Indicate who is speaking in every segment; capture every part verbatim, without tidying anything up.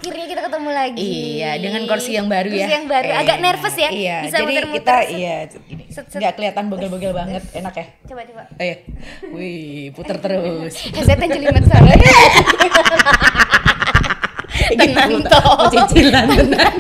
Speaker 1: akhirnya kita ketemu lagi.
Speaker 2: Iya, dengan kursi yang baru
Speaker 1: kursi
Speaker 2: ya.
Speaker 1: Kursi yang baru,
Speaker 2: eh,
Speaker 1: agak nervous ya.
Speaker 2: Iya,
Speaker 1: bisa
Speaker 2: jadi
Speaker 1: muter-muter.
Speaker 2: kita iya ini
Speaker 1: Set, set.
Speaker 2: nggak kelihatan bogel-bogel banget, enak ya.
Speaker 1: Coba coba.
Speaker 2: Oh iya. Wih, puter terus.
Speaker 1: Headsetnya jelimet soalnya. Tenang toh.
Speaker 2: Cicilan tenang.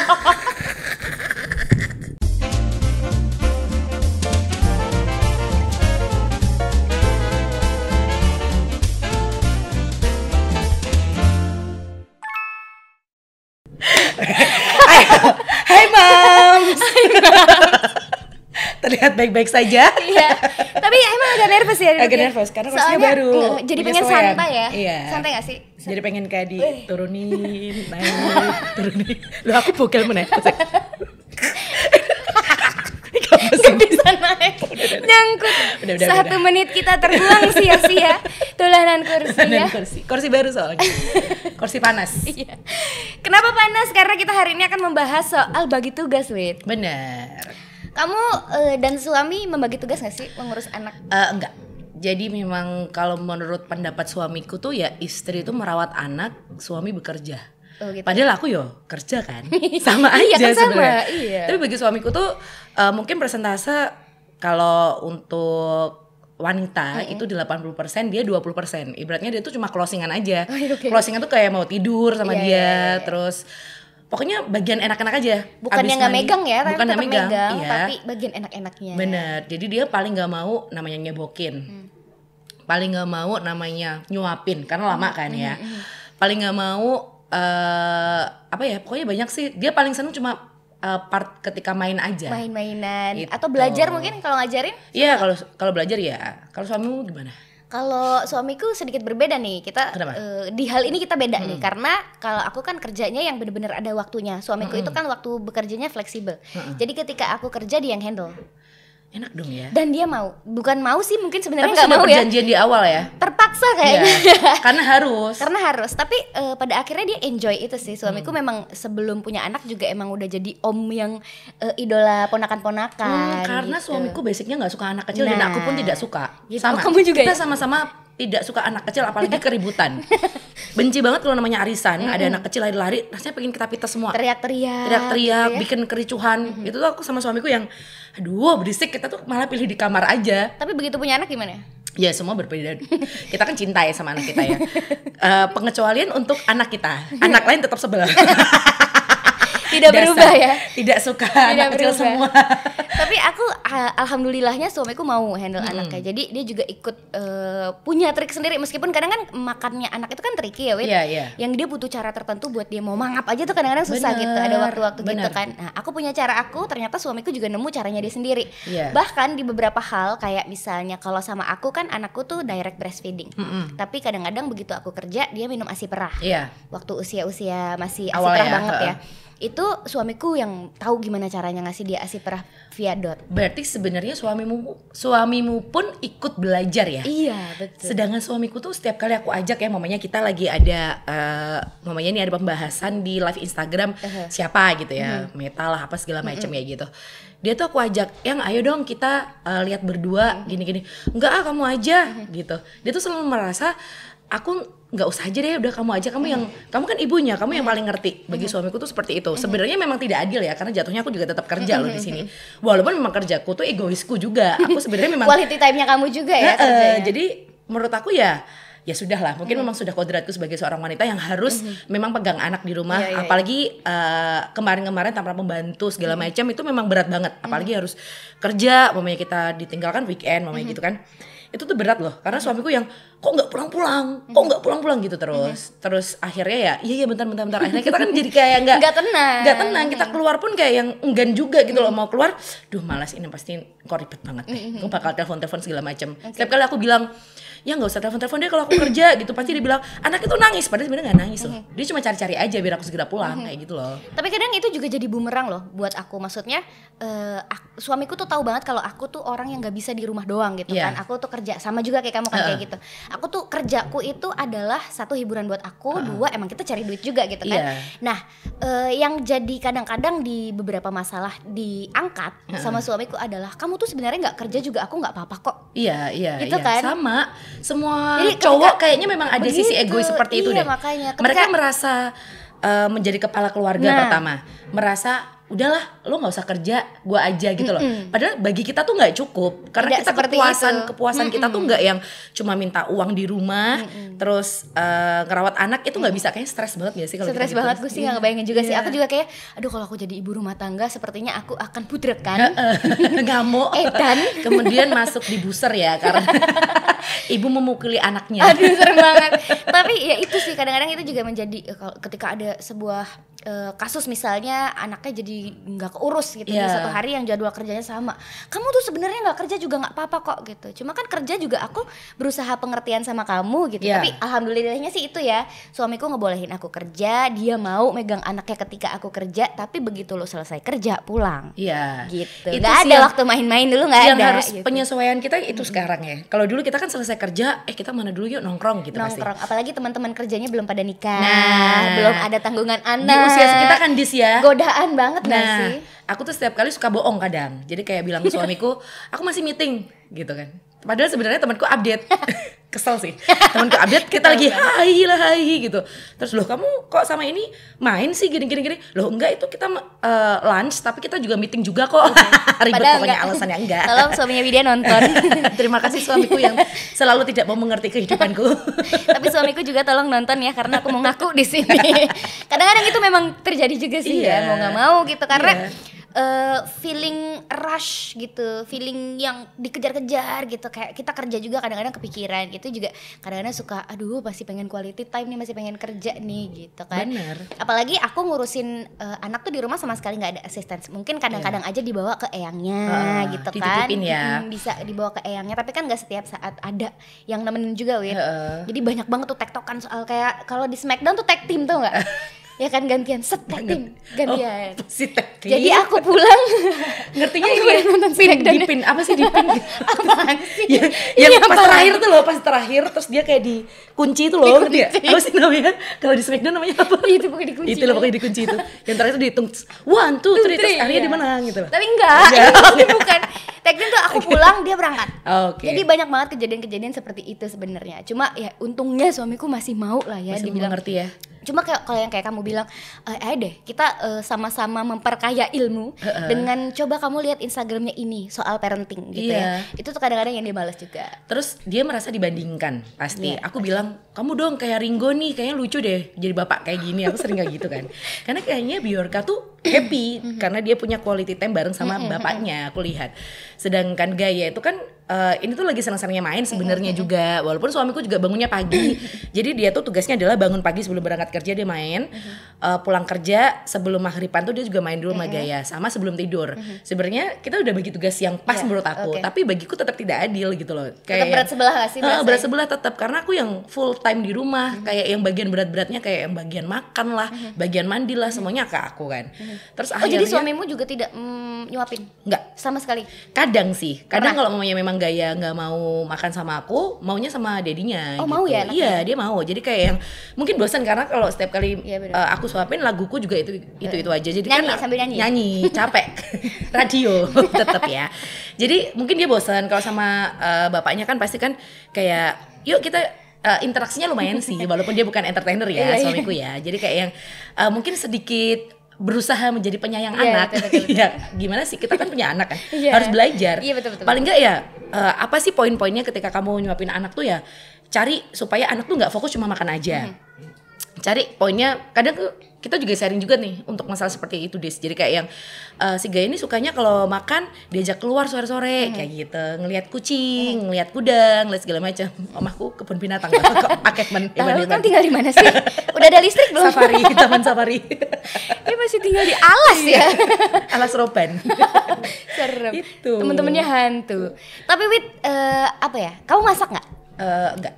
Speaker 2: Hai Mams. Terlihat baik-baik saja.
Speaker 1: Iya. Tapi emang agak nervous ya.
Speaker 2: Agak nervous karena kursinya baru.
Speaker 1: Enggak, jadi pengen
Speaker 2: Penyesuaian.
Speaker 1: santai ya.
Speaker 2: Iya.
Speaker 1: Santai gak sih?
Speaker 2: Jadi pengen kayak diturunin, naik, turunin. Loh aku bogel meneh.
Speaker 1: Gak bisa naik. Nyangkut.
Speaker 2: Udah, udah,
Speaker 1: Satu
Speaker 2: udah.
Speaker 1: menit kita terbuang sia-sia. Tulanan kursi ya.
Speaker 2: kursi. Kursi baru soalnya. Kursi panas.
Speaker 1: Iya. Kenapa panas? Karena kita hari ini akan membahas soal bagi tugas, Wit.
Speaker 2: Bener.
Speaker 1: Kamu uh, dan suami membagi tugas gak sih mengurus anak?
Speaker 2: Uh, enggak. Jadi memang kalau menurut pendapat suamiku tuh ya istri itu merawat anak, suami bekerja.
Speaker 1: Oh, gitu.
Speaker 2: Padahal aku yo kerja kan, sama aja
Speaker 1: Iya kan, sama,
Speaker 2: sebenarnya.
Speaker 1: iya.
Speaker 2: Tapi bagi suamiku tuh uh, mungkin persentase kalau untuk wanita mm-hmm. itu delapan puluh persen, dia dua puluh persen. Ibaratnya dia tuh cuma closingan aja.
Speaker 1: Oh, okay.
Speaker 2: Closingan tuh kayak mau tidur sama
Speaker 1: yeah,
Speaker 2: dia,
Speaker 1: yeah, yeah.
Speaker 2: terus pokoknya bagian enak-enak aja.
Speaker 1: Bukannya nggak megang ya,
Speaker 2: bukan
Speaker 1: tapi
Speaker 2: megang,
Speaker 1: megang,
Speaker 2: iya.
Speaker 1: tapi bagian enak-enaknya.
Speaker 2: Bener. Jadi dia paling nggak mau namanya nyebokin, hmm. paling nggak mau namanya nyuapin karena lama kan ya. Hmm, hmm. Paling nggak mau uh, apa ya? Pokoknya banyak sih. Dia paling seneng cuma uh, part ketika main aja.
Speaker 1: Main-mainan
Speaker 2: gitu.
Speaker 1: Atau belajar mungkin kalau ngajarin?
Speaker 2: Iya, kalau kalau belajar ya. Kalau suamimu gimana?
Speaker 1: Kalau suamiku sedikit berbeda nih, kita uh, di hal ini kita beda hmm. nih, karena kalau aku kan kerjanya yang benar-benar ada waktunya, suamiku hmm. itu kan waktu bekerjanya fleksibel, hmm. jadi ketika aku kerja dia yang handle.
Speaker 2: Enak dong ya.
Speaker 1: Dan dia mau, bukan mau sih mungkin sebenarnya
Speaker 2: nggak mau ya. Perjanjian di awal ya.
Speaker 1: Terpaksa kayaknya.
Speaker 2: Ya, karena harus.
Speaker 1: Karena harus. Tapi uh, pada akhirnya dia enjoy itu sih. Suamiku hmm. memang sebelum punya anak juga emang udah jadi om yang uh, idola ponakan-ponakan.
Speaker 2: Hmm, karena
Speaker 1: gitu.
Speaker 2: Suamiku basicnya nggak suka anak kecil nah, dan aku pun tidak suka.
Speaker 1: Gitu.
Speaker 2: Sama.
Speaker 1: Oh, kamu juga
Speaker 2: kita
Speaker 1: ya?
Speaker 2: sama-sama tidak suka anak kecil, apalagi keributan. Benci banget kalau namanya arisan, mm-hmm. ada anak kecil lari-lari, rasanya pengen kita pitas semua.
Speaker 1: Teriak-teriak.
Speaker 2: Teriak-teriak,
Speaker 1: gitu ya?
Speaker 2: bikin kericuhan. Mm-hmm. Itu tuh aku sama suamiku yang, aduh berisik, kita tuh malah pilih di kamar aja.
Speaker 1: Tapi begitu punya anak gimana?
Speaker 2: Ya semua berbeda. Kita kan cinta ya sama anak kita ya. uh, pengecualian untuk anak kita, anak lain tetap sebel.
Speaker 1: Tidak
Speaker 2: Dasar,
Speaker 1: berubah ya.
Speaker 2: Tidak suka
Speaker 1: Tidak
Speaker 2: anak kecil
Speaker 1: berubah.
Speaker 2: semua.
Speaker 1: Tapi aku alhamdulillahnya suamiku mau handle hmm. anaknya. Jadi dia juga ikut uh, punya trik sendiri. Meskipun kadang kan makannya anak itu kan tricky ya, Wit.
Speaker 2: Yeah, yeah.
Speaker 1: Yang dia butuh cara tertentu buat dia mau mangap aja tuh kadang-kadang susah bener, gitu. Ada waktu-waktu bener. gitu kan. Nah, aku punya cara aku. Ternyata suamiku juga nemu caranya dia sendiri. Yeah. Bahkan di beberapa hal kayak misalnya kalau sama aku kan anakku tuh direct breastfeeding. Mm-hmm. Tapi kadang-kadang begitu aku kerja dia minum ASI perah. Yeah. Waktu usia-usia masih ASI
Speaker 2: awal
Speaker 1: perah
Speaker 2: ya,
Speaker 1: banget
Speaker 2: uh.
Speaker 1: ya. Itu suamiku yang tahu gimana caranya ngasih dia ASI perah via dot.
Speaker 2: Berarti sebenarnya suamimu suamimu pun ikut belajar ya?
Speaker 1: Iya, betul.
Speaker 2: Sedangkan suamiku tuh setiap kali aku ajak ya, mamanya kita lagi ada uh, mamanya ini ada pembahasan di live Instagram uh-huh. siapa gitu ya, uh-huh. Meta lah apa segala macam uh-huh. ya gitu. Dia tuh aku ajak, yang ayo dong kita uh, lihat berdua uh-huh. gini-gini. Enggak ah kamu aja uh-huh. gitu. Dia tuh selalu merasa aku nggak usah aja deh, udah kamu aja, kamu yang kamu kan ibunya, kamu yang paling ngerti. Bagi suamiku tuh seperti itu. Sebenarnya memang tidak adil ya, karena jatuhnya aku juga tetap kerja loh di sini. Walaupun memang kerjaku tuh egoisku juga. Aku sebenarnya memang
Speaker 1: quality time-nya kamu juga ya.
Speaker 2: Nah, uh, jadi menurut aku ya ya sudah lah, mungkin memang sudah kodratku sebagai seorang wanita yang harus memang pegang anak di rumah, yeah, yeah, apalagi uh, kemarin-kemarin tanpa pembantu segala macam itu memang berat banget. Apalagi harus kerja, mamanya kita ditinggalkan weekend, mamanya gitu kan. Itu tuh berat loh, karena suamiku yang kok nggak pulang-pulang, kok nggak pulang-pulang gitu terus, mm-hmm. terus akhirnya ya, iya iya bentar-bentar-bentar, akhirnya kita kan jadi kayak nggak
Speaker 1: nggak tenang,
Speaker 2: nggak tenang, kita keluar pun kayak yang enggan juga gitu loh, mau keluar, duh malas ini pasti kok ribet banget, mm-hmm. gue bakal telepon-telepon segala macam. Okay. Setiap kali aku bilang, ya nggak usah telepon-telepon deh kalau aku kerja gitu, pasti dia bilang anak itu nangis, padahal sebenarnya nggak nangis loh, mm-hmm. dia cuma cari-cari aja biar aku segera pulang, mm-hmm. kayak gitu loh. Tapi
Speaker 1: kadang itu juga jadi bumerang loh buat aku, maksudnya uh, aku, suamiku tuh tahu banget kalau aku tuh orang yang nggak bisa di rumah doang gitu yeah. kan, aku tuh kerja sama juga kayak kamu kan uh-uh. kayak gitu. Aku tuh kerjaku itu adalah satu hiburan buat aku, uh-uh. dua emang kita cari duit juga gitu kan. Yeah. Nah, uh, yang jadi kadang-kadang di beberapa masalah diangkat uh-uh. sama suamiku adalah kamu tuh sebenarnya nggak kerja juga aku nggak apa-apa kok.
Speaker 2: Iya iya.
Speaker 1: Gitu
Speaker 2: iya.
Speaker 1: kan.
Speaker 2: Sama semua
Speaker 1: jadi,
Speaker 2: cowok kayaknya memang ada
Speaker 1: begitu,
Speaker 2: sisi egois seperti
Speaker 1: iya,
Speaker 2: itu deh.
Speaker 1: Makanya,
Speaker 2: mereka merasa uh, menjadi kepala keluarga
Speaker 1: nah.
Speaker 2: pertama, merasa udahlah lo nggak usah kerja, gue aja gitu loh. Mm-mm. Padahal bagi kita tuh nggak cukup karena Tidak kita kepuasan itu. kepuasan Mm-mm. kita tuh nggak yang cuma minta uang di rumah, Mm-mm. terus uh, ngerawat anak itu nggak bisa, kayak stres banget gak sih kalau
Speaker 1: stres
Speaker 2: gitu.
Speaker 1: banget, gue sih nggak ngebayangin juga yeah. sih. Aku juga kayak, aduh kalau aku jadi ibu rumah tangga sepertinya aku akan pudrek kan,
Speaker 2: ngamuk,
Speaker 1: edan,
Speaker 2: kemudian masuk di buser ya karena ibu memukuli anaknya.
Speaker 1: Aduh serem banget. Tapi ya itu sih kadang-kadang itu juga menjadi ketika ada sebuah uh, kasus misalnya anaknya jadi nggak keurus gitu yeah. di satu hari yang jadwal kerjanya sama. Kamu tuh sebenarnya nggak kerja juga nggak apa-apa kok gitu. Cuma kan kerja juga aku berusaha pengertian sama kamu gitu. Yeah. Tapi alhamdulillahnya sih itu ya, suamiku ngebolehin aku kerja, dia mau megang anaknya ketika aku kerja. Tapi begitu lo selesai kerja pulang.
Speaker 2: Iya.
Speaker 1: Yeah. Gitu. Nggak ada yang, waktu main-main dulu nggak ada.
Speaker 2: Yang harus
Speaker 1: gitu.
Speaker 2: Penyesuaian kita itu hmm. sekarang ya. Kalau dulu kita kan selesai kerja, eh kita mana dulu yuk nongkrong gitu
Speaker 1: nongkrong.
Speaker 2: pasti.
Speaker 1: Apalagi teman-teman kerjanya belum pada nikah,
Speaker 2: nah,
Speaker 1: belum ada tanggungan anak.
Speaker 2: Di usia kita kan dis ya.
Speaker 1: Godaan banget nah, gak sih?
Speaker 2: Aku tuh setiap kali suka bohong kadang. Jadi kayak bilang ke suamiku, aku masih meeting gitu kan. Padahal sebenarnya temanku update. Kesel sih. Temanku update kita lagi hai lah hai gitu. Terus loh kamu kok sama ini main sih gini-gini gini. Loh enggak, itu kita uh, lunch tapi kita juga meeting juga kok. Ribet
Speaker 1: Padahal
Speaker 2: pokoknya
Speaker 1: enggak.
Speaker 2: Alasannya enggak.
Speaker 1: Tolong suaminya Widya nonton.
Speaker 2: Terima kasih suamiku yang selalu tidak mau mengerti kehidupanku.
Speaker 1: Tapi suamiku juga tolong nonton ya karena aku mau ngaku di sini. Kadang-kadang itu memang terjadi juga sih yeah. ya, mau nggak mau gitu karena yeah. Uh, feeling rush gitu, feeling yang dikejar-kejar gitu, kayak kita kerja juga kadang-kadang kepikiran gitu juga, kadang-kadang suka aduh masih pengen quality time nih, masih pengen kerja nih gitu kan.
Speaker 2: Bener.
Speaker 1: Apalagi aku ngurusin uh, anak tuh di rumah sama sekali nggak ada asisten, mungkin kadang-kadang yeah. aja dibawa ke eyangnya uh, gitu kan,
Speaker 2: ya.
Speaker 1: hmm, bisa dibawa ke eyangnya, tapi kan nggak setiap saat ada yang nemenin juga Win. Uh. Jadi banyak banget tuh tektokan soal kayak kalau di Smackdown tuh tag team tuh nggak? Ya kan gantian, set tag team, gantian.
Speaker 2: Oh, si tag team.
Speaker 1: Jadi aku pulang,
Speaker 2: ngertinya ini nonton pin, di pin, apa sih di pin?
Speaker 1: Apaan sih?
Speaker 2: Ya, yang pas terakhir tuh loh, pas terakhir terus dia kayak dikunci itu loh, ngerti ya? Apa sih namanya? Kalau di Smackdown namanya apa?
Speaker 1: Itu pokoknya dikunci.
Speaker 2: Itu loh pokoknya dikunci itu. Yang terakhir tuh dihitung one, two, three, terus akhirnya di mana gitu loh.
Speaker 1: Tapi enggak, ini bukan. Tag team tuh aku pulang, dia berangkat.
Speaker 2: Okay.
Speaker 1: Jadi banyak banget kejadian-kejadian seperti itu sebenarnya. Cuma ya untungnya suamiku masih mau lah ya,
Speaker 2: masih
Speaker 1: dibilang
Speaker 2: ngerti ya.
Speaker 1: Cuma kayak kalau yang kayak kamu bilang, eh ayo deh kita uh, sama-sama memperkaya ilmu uh-uh. dengan coba kamu lihat Instagramnya ini soal parenting gitu
Speaker 2: yeah.
Speaker 1: ya. Itu tuh kadang-kadang yang dia balas juga.
Speaker 2: Terus dia merasa dibandingkan pasti. Yeah. Aku
Speaker 1: pasti.
Speaker 2: bilang kamu dong kayak Ringo nih, kayaknya lucu deh jadi bapak kayak gini. Aku sering kayak gitu kan. Karena kayaknya Bjorka tuh happy karena dia punya quality time bareng sama bapaknya. Aku lihat. Sedangkan Gaya itu kan Uh, ini tuh lagi senang-senangnya main sebenarnya mm-hmm. juga, walaupun suamiku juga bangunnya pagi. Jadi dia tuh tugasnya adalah bangun pagi sebelum berangkat kerja dia main, mm-hmm. uh, pulang kerja sebelum maghriban tuh dia juga main dulu sama mm-hmm. Gaya, sama sebelum tidur. Mm-hmm. Sebenarnya kita udah bagi tugas yang pas yeah, menurut aku, okay. tapi bagiku tetap tidak adil gitu loh.
Speaker 1: Kayak tetap berat sebelah gak sih?
Speaker 2: Uh, berat sebelah tetap, karena aku yang full time di rumah, mm-hmm. kayak yang bagian berat-beratnya kayak yang bagian makan lah, mm-hmm. bagian mandi lah, semuanya ke aku kan. Mm-hmm. Terus
Speaker 1: oh
Speaker 2: akhirnya,
Speaker 1: jadi suamimu juga tidak mm, nyuapin?
Speaker 2: Enggak.
Speaker 1: Sama sekali?
Speaker 2: Kadang sih, kadang kalau mamanya memang Gaya nggak mau makan sama aku, maunya sama dedinya.
Speaker 1: Oh
Speaker 2: gitu.
Speaker 1: mau ya?
Speaker 2: Iya dia mau. Jadi kayak yang mungkin bosan karena kalau setiap kali ya, uh, aku suapin laguku juga itu itu itu aja. Jadi
Speaker 1: nyanyi,
Speaker 2: kan
Speaker 1: sambil nyanyi.
Speaker 2: Nyanyi capek. Radio tetap ya. Jadi mungkin dia bosan kalau sama uh, bapaknya kan pasti kan kayak yuk kita uh, interaksinya lumayan sih walaupun dia bukan entertainer ya suamiku ya. Jadi kayak yang uh, mungkin sedikit berusaha menjadi penyayang yeah, anak. Betul, betul, betul. Ya, gimana sih kita kan punya anak kan, yeah. harus belajar.
Speaker 1: Yeah, betul, betul,
Speaker 2: Paling enggak ya uh, apa sih poin-poinnya ketika kamu nyuapin anak tuh ya cari supaya anak tuh nggak fokus cuma makan aja. Hmm. Cari poinnya, kadang kita juga sharing juga nih untuk masalah seperti itu Des. Jadi kayak yang uh, si Gaya ini sukanya kalau makan diajak keluar sore-sore hmm. kayak gitu, ngelihat kucing, hmm. ngelihat kuda, ngelihat segala macam. Omahku kebun binatang kok paket men.
Speaker 1: Tahu kan tinggal di mana sih? Udah ada listrik belum?
Speaker 2: Safari, taman safari.
Speaker 1: Dia masih tinggal di alas ya.
Speaker 2: Alas roban.
Speaker 1: Serem.
Speaker 2: Itu.
Speaker 1: Temen-temennya hantu. Tapi Wit, uh, apa ya? Kamu masak nggak?
Speaker 2: Uh, enggak.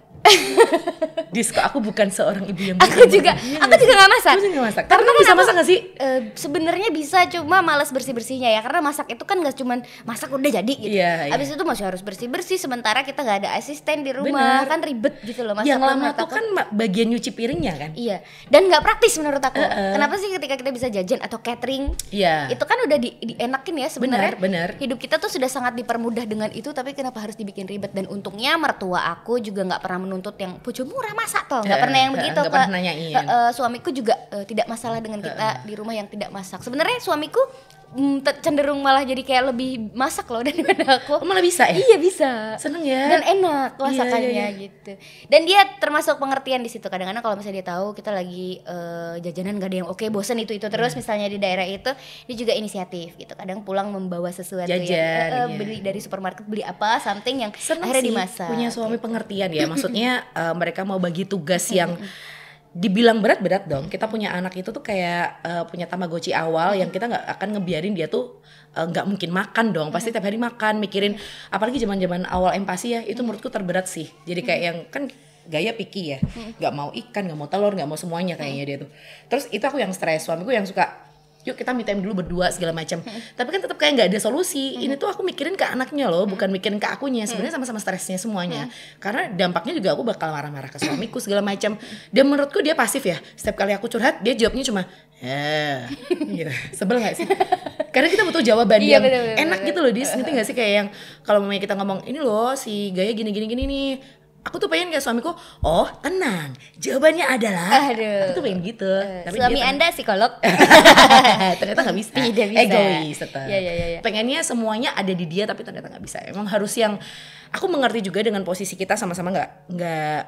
Speaker 2: Disko, aku bukan seorang ibu yang
Speaker 1: aku juga ya, aku juga nggak masak.
Speaker 2: Aku juga nggak masak. Karena kamu bisa masak nggak sih?
Speaker 1: Uh, Sebenarnya bisa, cuma malas bersih bersihnya ya. Karena masak itu kan nggak cuman masak udah jadi gitu.
Speaker 2: Iya,
Speaker 1: Abis iya. itu masih harus bersih bersih. Sementara kita nggak ada asisten di rumah. Bener. Kan ribet gitu loh. Masak
Speaker 2: yang lama tuh kan bagian nyuci piringnya kan.
Speaker 1: Iya. Dan nggak praktis menurut aku.
Speaker 2: Uh-uh.
Speaker 1: Kenapa sih ketika kita bisa jajan atau catering?
Speaker 2: Iya.
Speaker 1: Itu kan udah di, dienakin ya sebenarnya.
Speaker 2: Benar, benar.
Speaker 1: Hidup kita tuh sudah sangat dipermudah dengan itu. Tapi kenapa harus dibikin ribet? Dan untungnya mertua aku juga nggak pernah menuntut yang bojo murah masa toh, nggak uh, pernah yang begitu.
Speaker 2: Nggak uh, pernah nanyain.
Speaker 1: Uh, uh, suamiku juga uh, tidak masalah dengan kita uh, di rumah yang tidak masak. Sebenarnya suamiku Mm, cenderung malah jadi kayak lebih masak loh daripada aku.
Speaker 2: Oh, malah bisa ya?
Speaker 1: Iya bisa.
Speaker 2: Seneng ya.
Speaker 1: Dan enak masakannya
Speaker 2: iya, iya, iya.
Speaker 1: gitu. Dan dia termasuk pengertian di situ. Kadang-kadang kalau misalnya dia tahu kita lagi uh, jajanan gak ada yang oke, okay, bosen itu itu terus hmm. misalnya di daerah itu, dia juga inisiatif gitu. Kadang pulang membawa sesuatu
Speaker 2: Jajan,
Speaker 1: yang uh,
Speaker 2: iya.
Speaker 1: beli dari supermarket, beli apa something yang
Speaker 2: seneng
Speaker 1: akhirnya
Speaker 2: sih,
Speaker 1: dimasak.
Speaker 2: Punya suami
Speaker 1: gitu.
Speaker 2: Pengertian ya. Maksudnya uh, mereka mau bagi tugas yang dibilang berat-berat dong. Kita punya anak itu tuh kayak uh, punya tamagotchi awal yang kita nggak akan ngebiarin dia tuh nggak uh, mungkin makan dong. Pasti tiap hari makan, mikirin. Apalagi zaman-zaman awal empati ya, itu menurutku terberat sih. Jadi kayak yang kan gaya picky ya, nggak mau ikan, nggak mau telur, nggak mau semuanya kayaknya dia tuh. Terus itu aku yang stres, suamiku yang suka yuk kita me time dulu berdua segala macam. Hmm. Tapi kan tetap kayak nggak ada solusi. Hmm. Ini tuh aku mikirin ke anaknya loh, bukan mikirin ke akunya. Sebenarnya sama-sama stresnya semuanya. Hmm. Karena dampaknya juga aku bakal marah-marah ke suamiku segala macam. Dan menurutku dia pasif ya. Setiap kali aku curhat, dia jawabnya cuma ya, gitu. Sebel nggak sih? Karena kita butuh jawaban
Speaker 1: iya,
Speaker 2: yang
Speaker 1: betul, betul,
Speaker 2: enak
Speaker 1: betul.
Speaker 2: gitu loh. Dis, ngerti nggak sih kayak yang kalau mamanya kita ngomong ini loh si Gaya gini-gini gini nih. Aku tuh pengen kayak suamiku, oh tenang, jawabannya adalah.
Speaker 1: Aduh.
Speaker 2: Aku tuh pengen gitu.
Speaker 1: Uh,
Speaker 2: Tapi
Speaker 1: suami
Speaker 2: dia
Speaker 1: Anda psikolog?
Speaker 2: Ternyata nggak bisa.
Speaker 1: Tidak bisa.
Speaker 2: Egois tetap.
Speaker 1: Ya, ya, ya, ya.
Speaker 2: Pengennya semuanya ada di dia, tapi ternyata nggak bisa. Emang harus yang, aku mengerti juga dengan posisi kita sama-sama nggak nggak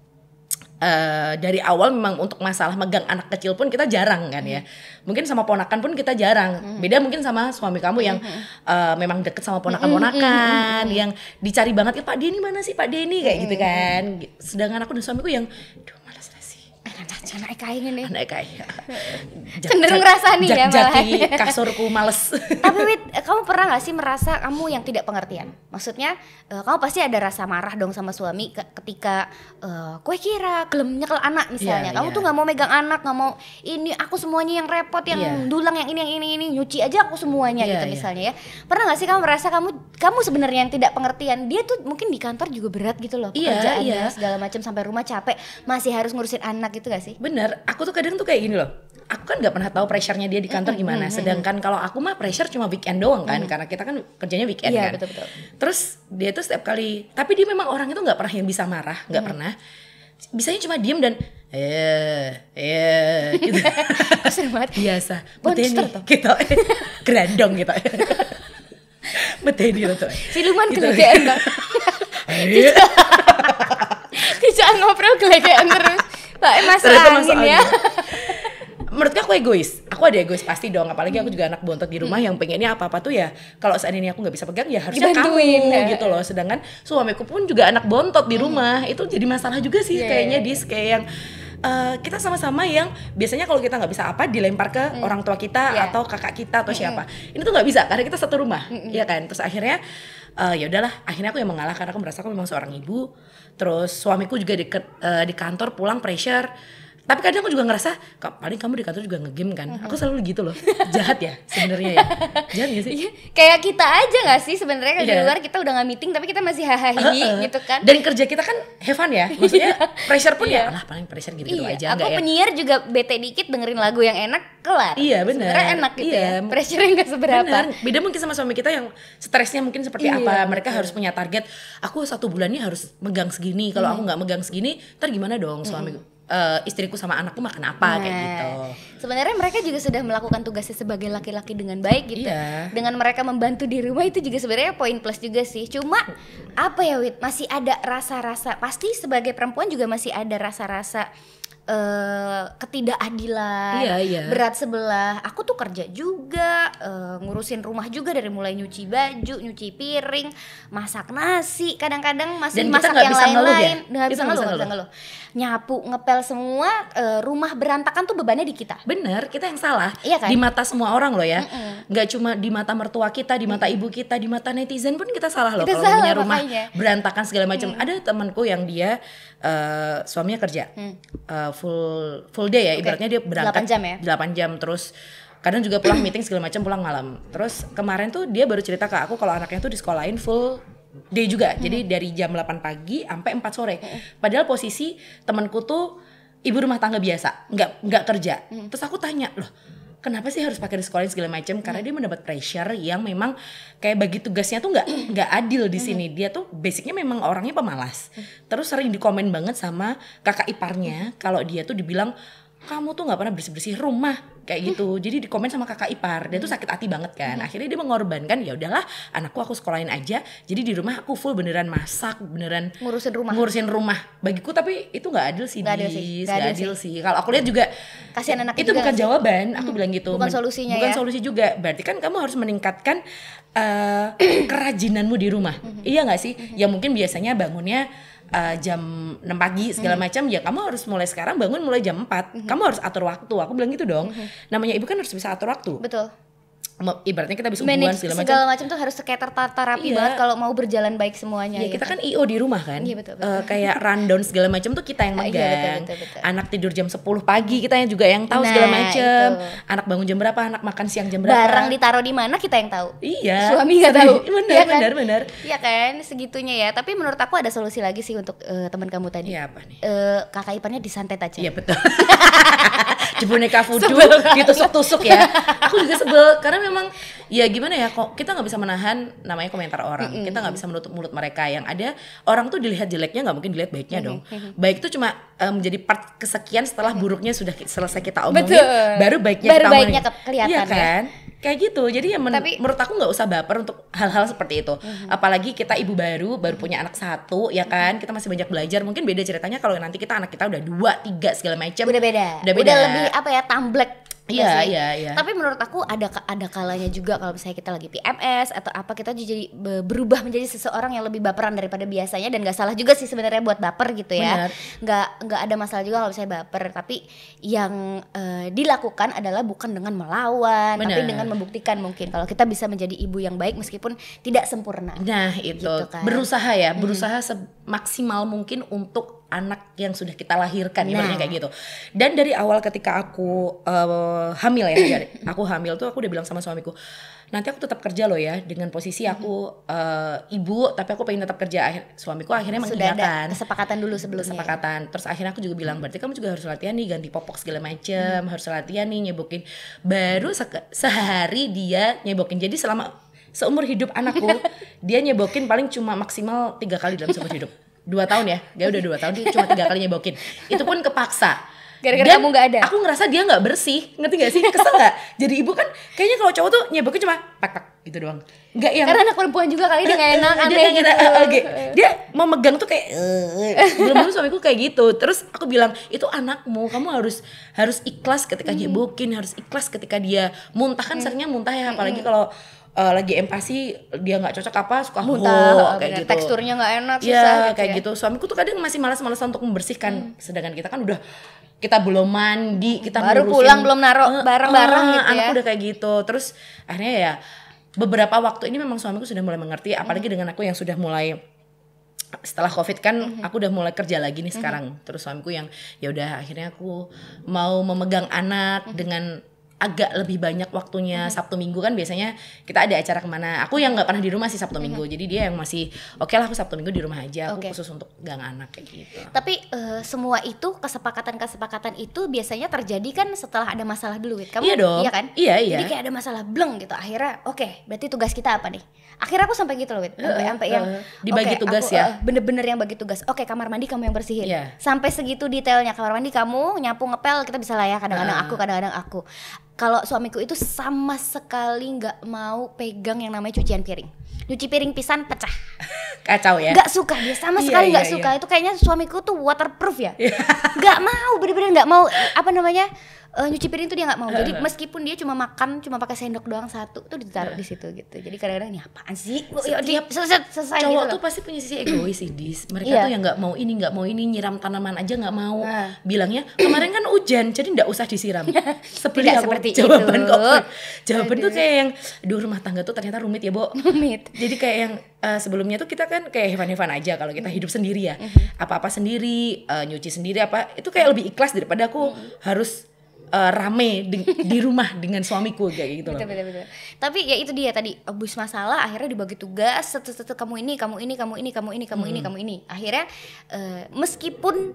Speaker 2: uh, dari awal memang untuk masalah megang anak kecil pun kita jarang kan ya. Mungkin sama ponakan pun kita jarang. Beda mungkin sama suami kamu yang uh, memang deket sama ponakan-ponakan, yang dicari banget, ya Pak Denny mana sih Pak Denny kayak gitu kan. Sedangkan aku dan suamiku yang, duh malas sih.
Speaker 1: Anak Eka ini nih.
Speaker 2: Anak Eka ya.
Speaker 1: Cenderung rasani ya malah.
Speaker 2: Jati kasurku males.
Speaker 1: Tapi Wit, kamu pernah gak sih merasa kamu yang tidak pengertian? Maksudnya uh, kamu pasti ada rasa marah dong sama suami ke- ketika uh, kue kira gelem nyekel anak misalnya. Yeah, kamu yeah. tuh gak mau megang anak, gak mau ini aku semuanya yang repot, yang yeah. dulang, yang ini, yang ini, ini nyuci aja aku semuanya yeah, gitu misalnya yeah. ya. Pernah gak sih kamu merasa kamu kamu sebenarnya yang tidak pengertian? Dia tuh mungkin di kantor juga berat gitu loh, pekerjaannya yeah, yeah. segala macam, sampai rumah capek masih harus ngurusin anak gitu gak sih?
Speaker 2: Bener, aku tuh kadang tuh kayak gini loh. Aku kan nggak pernah tahu pressure-nya dia di kantor gimana. Sedangkan kalau aku mah pressure cuma weekend doang kan, mm. karena kita kan kerjanya weekend
Speaker 1: yeah,
Speaker 2: kan.
Speaker 1: Betul-betul.
Speaker 2: Terus dia tuh setiap kali, tapi dia memang orang itu nggak pernah yang bisa marah, nggak mm. pernah. Bisanya cuma diem dan eh eh gitu.
Speaker 1: Sering banget.
Speaker 2: Biasa. Monster tuh. Gitu. Gerandong gitu. Beteni tuh.
Speaker 1: Siluman gitu. Gelegean bang. Tidak ngobrol gelegean terus. Pak masuk angin ya.
Speaker 2: Menurutku aku egois, aku ada egois pasti dong, apalagi aku juga anak bontot di rumah hmm. yang pengennya apa-apa tuh ya kalau seandainya aku nggak bisa pegang ya harusnya dibantuin, kamu ya. Gitu loh. Sedangkan suamiku pun juga anak bontot di rumah, hmm. itu jadi masalah juga sih yeah. kayaknya dis kayak yang uh, kita sama-sama yang biasanya kalau kita nggak bisa apa dilempar ke hmm. orang tua kita yeah. atau kakak kita atau hmm. siapa. Ini tuh nggak bisa karena kita satu rumah, hmm. ya kan. Terus akhirnya uh, ya udahlah, akhirnya aku yang mengalah karena aku merasa aku memang seorang ibu. Terus suamiku juga di, uh, di kantor pulang pressure. Tapi kadang aku juga ngerasa, paling kamu di kantor juga nge-game kan. Uh-huh. Aku selalu gitu loh. Jahat ya sebenarnya ya. Jahat gak sih?
Speaker 1: Kayak kita aja gak sih sebenarnya, yeah. di luar kita udah gak meeting tapi kita masih hahaha uh-uh. gitu kan.
Speaker 2: Dan kerja kita kan have fun ya. Maksudnya pressure pun ya, alah paling pressure gitu-gitu
Speaker 1: iya.
Speaker 2: aja.
Speaker 1: Aku
Speaker 2: ya?
Speaker 1: penyiar juga bete dikit dengerin lagu yang enak, kelar.
Speaker 2: Iya benar.
Speaker 1: Sebenarnya enak gitu iya. ya. Pressure-nya gak seberapa.
Speaker 2: Bener. Beda mungkin sama suami kita yang stresnya mungkin seperti iya, apa. Mereka betul. Harus punya target. Aku satu bulannya harus megang segini. Kalau hmm. aku gak megang segini, ntar gimana dong suamiku. Hmm. Uh, istriku sama anakku makan apa nah, kayak gitu.
Speaker 1: Sebenarnya mereka juga sudah melakukan tugasnya sebagai laki-laki dengan baik gitu.
Speaker 2: Iya.
Speaker 1: Dengan mereka membantu di rumah itu juga sebenarnya poin plus juga sih. Cuma apa ya Wit, masih ada rasa-rasa, pasti sebagai perempuan juga masih ada rasa-rasa Uh, ketidakadilan,
Speaker 2: iya, iya.
Speaker 1: berat sebelah. Aku tuh kerja juga, uh, ngurusin rumah juga dari mulai nyuci baju, nyuci piring, masak nasi, kadang-kadang masih
Speaker 2: Dan
Speaker 1: masak
Speaker 2: kita
Speaker 1: yang lain-lain.
Speaker 2: Ya?
Speaker 1: Nggak bisa ngeluh, nggak bisa ngeluh. Nyapu, ngepel semua, uh, rumah berantakan tuh bebannya di kita.
Speaker 2: Bener, kita yang salah.
Speaker 1: Iya kan?
Speaker 2: Di mata semua orang loh ya.
Speaker 1: Mm-mm.
Speaker 2: Nggak cuma di mata mertua kita, di mata Mm-mm. ibu kita, di mata netizen pun kita salah loh.
Speaker 1: Kita
Speaker 2: kalau
Speaker 1: punya
Speaker 2: rumah
Speaker 1: makanya.
Speaker 2: berantakan segala macam.
Speaker 1: Mm.
Speaker 2: Ada temanku yang dia uh, suaminya kerja. Mm. Uh, full full day ya, okay. Ibaratnya dia berangkat
Speaker 1: delapan jam ya.
Speaker 2: delapan jam terus kadang juga pulang meeting segala macam, pulang malam. Terus kemarin tuh dia baru cerita ke aku kalau anaknya tuh di sekolahin full day juga. Hmm. Jadi dari jam delapan pagi sampai empat sore. Hmm. Padahal posisi temanku tuh ibu rumah tangga biasa, nggak nggak kerja. Hmm. Terus aku tanya, "Loh, kenapa sih harus pakai disekolahin segala macam? Karena dia mendapat pressure yang memang kayak bagi tugasnya tuh nggak nggak adil di sini. Dia tuh basicnya memang orangnya pemalas. Terus sering dikomen banget sama kakak iparnya kalau dia tuh dibilang kamu tuh nggak pernah bersih-bersih rumah kayak gitu. Jadi dikomen sama kakak ipar. Dia tuh sakit hati banget kan. Akhirnya dia mengorbankan, ya udahlah anakku aku sekolahin aja. Jadi di rumah aku full beneran masak, beneran
Speaker 1: ngurusin rumah.
Speaker 2: Ngurusin rumah. Bagiku tapi itu nggak adil sih.
Speaker 1: Nggak adil sih.
Speaker 2: Nggak adil, adil sih. sih. Kalau aku lihat juga
Speaker 1: kasihan anak
Speaker 2: itu bukan jawaban. Aku
Speaker 1: hmm.
Speaker 2: bilang gitu.
Speaker 1: Bukan solusinya
Speaker 2: bukan
Speaker 1: ya.
Speaker 2: Bukan solusi juga. Berarti kan kamu harus meningkatkan uh, kerajinanmu di rumah. Mm-hmm. Iya nggak sih? Mm-hmm. Ya mungkin biasanya bangunnya Uh, jam enam pagi segala hmm. macam, ya kamu harus mulai sekarang bangun mulai jam empat. Hmm. Kamu harus atur waktu. Aku bilang gitu dong. Hmm. Namanya ibu kan harus bisa atur waktu.
Speaker 1: Betul.
Speaker 2: Ibaratnya kita bisa hubungan segala macam.
Speaker 1: Segala macam tuh harus kayak tertata rapi iya. banget kalau mau berjalan baik semuanya.
Speaker 2: Iya,
Speaker 1: gitu.
Speaker 2: Kita kan I O di rumah kan.
Speaker 1: Iya, betul, betul.
Speaker 2: Uh, kayak rundown segala macam tuh kita yang megang. Iya, betul, betul, betul. Anak tidur jam sepuluh pagi kita yang juga yang tahu nah, segala macam. Anak bangun jam berapa, anak makan siang jam berapa.
Speaker 1: Barang ditaruh di mana kita yang tahu.
Speaker 2: Iya.
Speaker 1: Suami enggak tahu.
Speaker 2: Benar,
Speaker 1: ya kan?
Speaker 2: benar, benar.
Speaker 1: Iya kan, segitunya ya. Tapi menurut aku ada solusi lagi sih untuk uh, teman kamu tadi.
Speaker 2: Iya, apa nih?
Speaker 1: Uh, kakak iparnya disantet aja.
Speaker 2: Iya, betul. Boneka voodoo ditusuk-tusuk ya. Aku juga sebel karena memang ya gimana ya, kok kita nggak bisa menahan namanya komentar orang. Mm-hmm. Kita nggak bisa menutup mulut mereka. Yang ada orang tuh dilihat jeleknya nggak mungkin dilihat baiknya mm-hmm. dong. Baik itu cuma um, menjadi part kesekian setelah buruknya sudah selesai kita omongin. Betul. Baru baiknya
Speaker 1: baru
Speaker 2: kita
Speaker 1: baiknya ke- kelihatan
Speaker 2: iya kan?
Speaker 1: Ya.
Speaker 2: Kayak gitu. Jadi ya men-
Speaker 1: Tapi,
Speaker 2: menurut aku nggak usah baper untuk hal-hal seperti itu. Mm-hmm. Apalagi kita ibu baru, baru punya anak satu, ya kan? Kita masih banyak belajar. Mungkin beda ceritanya kalau nanti kita anak kita udah dua, tiga segala macam.
Speaker 1: Udah beda.
Speaker 2: Udah beda.
Speaker 1: Udah lebih apa ya, tamblek.
Speaker 2: Iya, iya, iya.
Speaker 1: Tapi menurut aku ada ada kalanya juga kalau misalnya kita lagi P M S atau apa, kita jadi berubah menjadi seseorang yang lebih baperan daripada biasanya, dan nggak salah juga sih sebenarnya buat baper gitu ya. Nggak nggak ada masalah juga kalau misalnya baper, tapi yang uh, dilakukan adalah bukan dengan melawan, Bener. tapi dengan membuktikan mungkin kalau kita bisa menjadi ibu yang baik meskipun tidak sempurna.
Speaker 2: Nah itu gitu kan. Berusaha ya, berusaha hmm. semaksimal mungkin untuk anak yang sudah kita lahirkan, ibaratnya nah. kayak gitu. Dan dari awal ketika aku uh, hamil ya, dari aku hamil tuh aku udah bilang sama suamiku, nanti aku tetap kerja loh ya, dengan posisi aku uh, ibu, tapi aku pengen tetap kerja. Akhir, suamiku akhirnya mengiyakan. Sudah ada
Speaker 1: kesepakatan dulu sebelumnya.
Speaker 2: Kesepakatan. Terus akhirnya aku juga bilang, berarti kamu juga harus latihan nih, ganti popok segala macem, hmm. harus latihan nih, nyebokin. Baru se- sehari dia nyebokin. Jadi selama seumur hidup anakku, dia nyebokin paling cuma maksimal tiga kali dalam seumur hidup. Dua tahun ya, dia udah dua tahun, dia cuma tiga kali nyebokin. Itu pun kepaksa.
Speaker 1: Gara-gara kamu gak ada.
Speaker 2: Aku ngerasa dia gak bersih, ngerti gak sih? Kesel gak? Jadi ibu kan kayaknya kalau cowok tuh nyebokin cuma pak-pak gitu doang. Gak yang
Speaker 1: karena anak perempuan juga kali dia gak enak, aneh
Speaker 2: dia
Speaker 1: gitu.
Speaker 2: Uh, okay. Dia mau megang tuh kayak belum-belum suamiku kayak gitu. Terus aku bilang, itu anakmu, kamu harus harus ikhlas ketika hmm. nyebokin, harus ikhlas ketika dia muntah. Kan hmm. seringnya muntah ya, apalagi hmm. kalau Uh, lagi empati dia nggak cocok apa suka
Speaker 1: muntah,
Speaker 2: kayak gitu,
Speaker 1: teksturnya nggak enak,
Speaker 2: ya,
Speaker 1: susah gitu
Speaker 2: kayak
Speaker 1: ya.
Speaker 2: gitu. Suamiku tuh kadang masih malas-malasan untuk membersihkan, hmm. sedangkan kita kan udah kita belum mandi, kita
Speaker 1: baru
Speaker 2: ngurusin,
Speaker 1: pulang belum naruh barang-barang uh, gitu ya.
Speaker 2: Anakku udah kayak gitu. Terus akhirnya ya beberapa waktu ini memang suamiku sudah mulai mengerti, apalagi hmm. dengan aku yang sudah mulai setelah Covid kan mm-hmm. aku udah mulai kerja lagi nih mm-hmm. sekarang. Terus suamiku yang ya udah akhirnya aku mau memegang anak mm-hmm. dengan agak lebih banyak waktunya. mm-hmm. Sabtu Minggu kan biasanya kita ada acara kemana. Aku yang nggak pernah di rumah sih Sabtu Minggu. mm-hmm. Jadi dia yang masih oke okay lah aku Sabtu Minggu di rumah aja. Aku okay. khusus untuk gang anak kayak gitu.
Speaker 1: Tapi uh, semua itu kesepakatan-kesepakatan itu biasanya terjadi kan setelah ada masalah dulu, Wit. Kamu
Speaker 2: iya dong.
Speaker 1: Iya kan?
Speaker 2: Iya iya.
Speaker 1: Jadi kayak ada masalah bleng gitu. Akhirnya oke, okay, berarti tugas kita apa nih? Akhirnya aku sampai gitu loh, Wit. Sampai uh, sampai uh, yang
Speaker 2: dibagi okay, tugas
Speaker 1: aku,
Speaker 2: ya.
Speaker 1: Uh, bener-bener yang bagi tugas. Oke, okay, kamar mandi kamu yang bersihin.
Speaker 2: Yeah.
Speaker 1: Sampai segitu detailnya. Kamar mandi kamu nyapu ngepel, kita bisa lah ya. Kadang-kadang uh. aku, kadang-kadang aku. Kalau suamiku itu sama sekali nggak mau pegang yang namanya cucian piring. Nyuci piring pisan pecah.
Speaker 2: Kacau ya.
Speaker 1: Nggak suka dia sama
Speaker 2: iya,
Speaker 1: sekali nggak
Speaker 2: iya,
Speaker 1: suka.
Speaker 2: Iya.
Speaker 1: Itu kayaknya suamiku tuh waterproof ya. Nggak mau, bener-bener nggak mau. Apa namanya? Uh, nyuci piring tuh dia nggak mau. Jadi meskipun dia cuma makan, cuma pakai sendok doang satu, tuh ditaruh di situ gitu. Jadi kadang-kadang ini apaan sih?
Speaker 2: Ya, dia selesai, selesai cowok gitu tuh pasti punya sisi egois sih, Dis. Mereka iya. tuh yang nggak mau ini, nggak mau ini, nyiram tanaman aja nggak mau. Nah. Bilangnya kemarin kan hujan, jadi nggak usah disiram. Seperti
Speaker 1: Tidak seperti
Speaker 2: jawaban
Speaker 1: itu.
Speaker 2: Kok. Jawaban tuh kayak yang, aduh rumah tangga tuh ternyata rumit ya, Bo.
Speaker 1: Rumit.
Speaker 2: Jadi kayak yang uh, sebelumnya tuh kita kan kayak hevan-hevan aja kalau kita hidup sendiri ya. Apa-apa sendiri, uh, nyuci sendiri apa, itu kayak lebih ikhlas daripada aku harus Uh, rame di, di rumah dengan suamiku kayak gitu loh.
Speaker 1: Betul, betul, betul. Tapi ya itu dia tadi, abis masalah akhirnya dibagi tugas, setu-setu kamu ini, kamu ini, kamu ini, kamu ini, kamu hmm. ini, kamu ini. Akhirnya uh, meskipun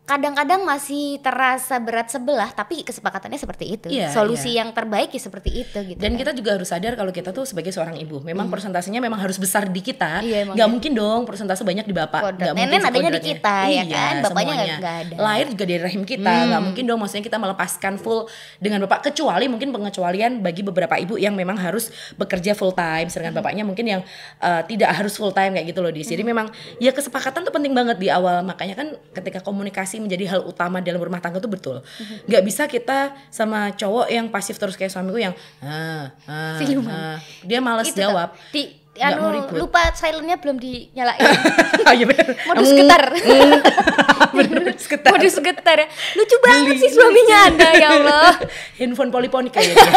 Speaker 1: kadang-kadang masih terasa berat sebelah, tapi kesepakatannya seperti itu. Yeah, solusi yeah. yang terbaik ya seperti itu gitu.
Speaker 2: Dan
Speaker 1: kan.
Speaker 2: kita juga harus sadar kalau kita tuh sebagai seorang ibu, memang mm. persentasenya memang harus besar di kita.
Speaker 1: Iya,
Speaker 2: gak mungkin dong persentase banyak di bapak.
Speaker 1: Kodrat. Nenek adanya di kita ya
Speaker 2: iya,
Speaker 1: kan, bapaknya gak ada.
Speaker 2: Lahir juga dari rahim kita, mm. gak mungkin dong maksudnya kita melepaskan full dengan bapak, kecuali mungkin pengecualian bagi beberapa ibu yang memang harus bekerja full time, sedangkan mm. bapaknya mungkin yang uh, tidak harus full time kayak gitu loh. Di sini mm. memang ya kesepakatan tuh penting banget di awal, makanya kan ketika komunikasi menjadi hal utama dalam rumah tangga tuh betul. Mm-hmm. Gak bisa kita sama cowok yang pasif terus kayak suamiku yang ah, ah, ah. dia malas
Speaker 1: itu
Speaker 2: jawab.
Speaker 1: Di anu lupa silentnya belum dinyalain.
Speaker 2: Oh, iya bener.
Speaker 1: Modus getar.
Speaker 2: Modus getar.
Speaker 1: Modus getar. Lucu banget sih suaminya Anda ya Allah.
Speaker 2: Handphone poliponik kayaknya.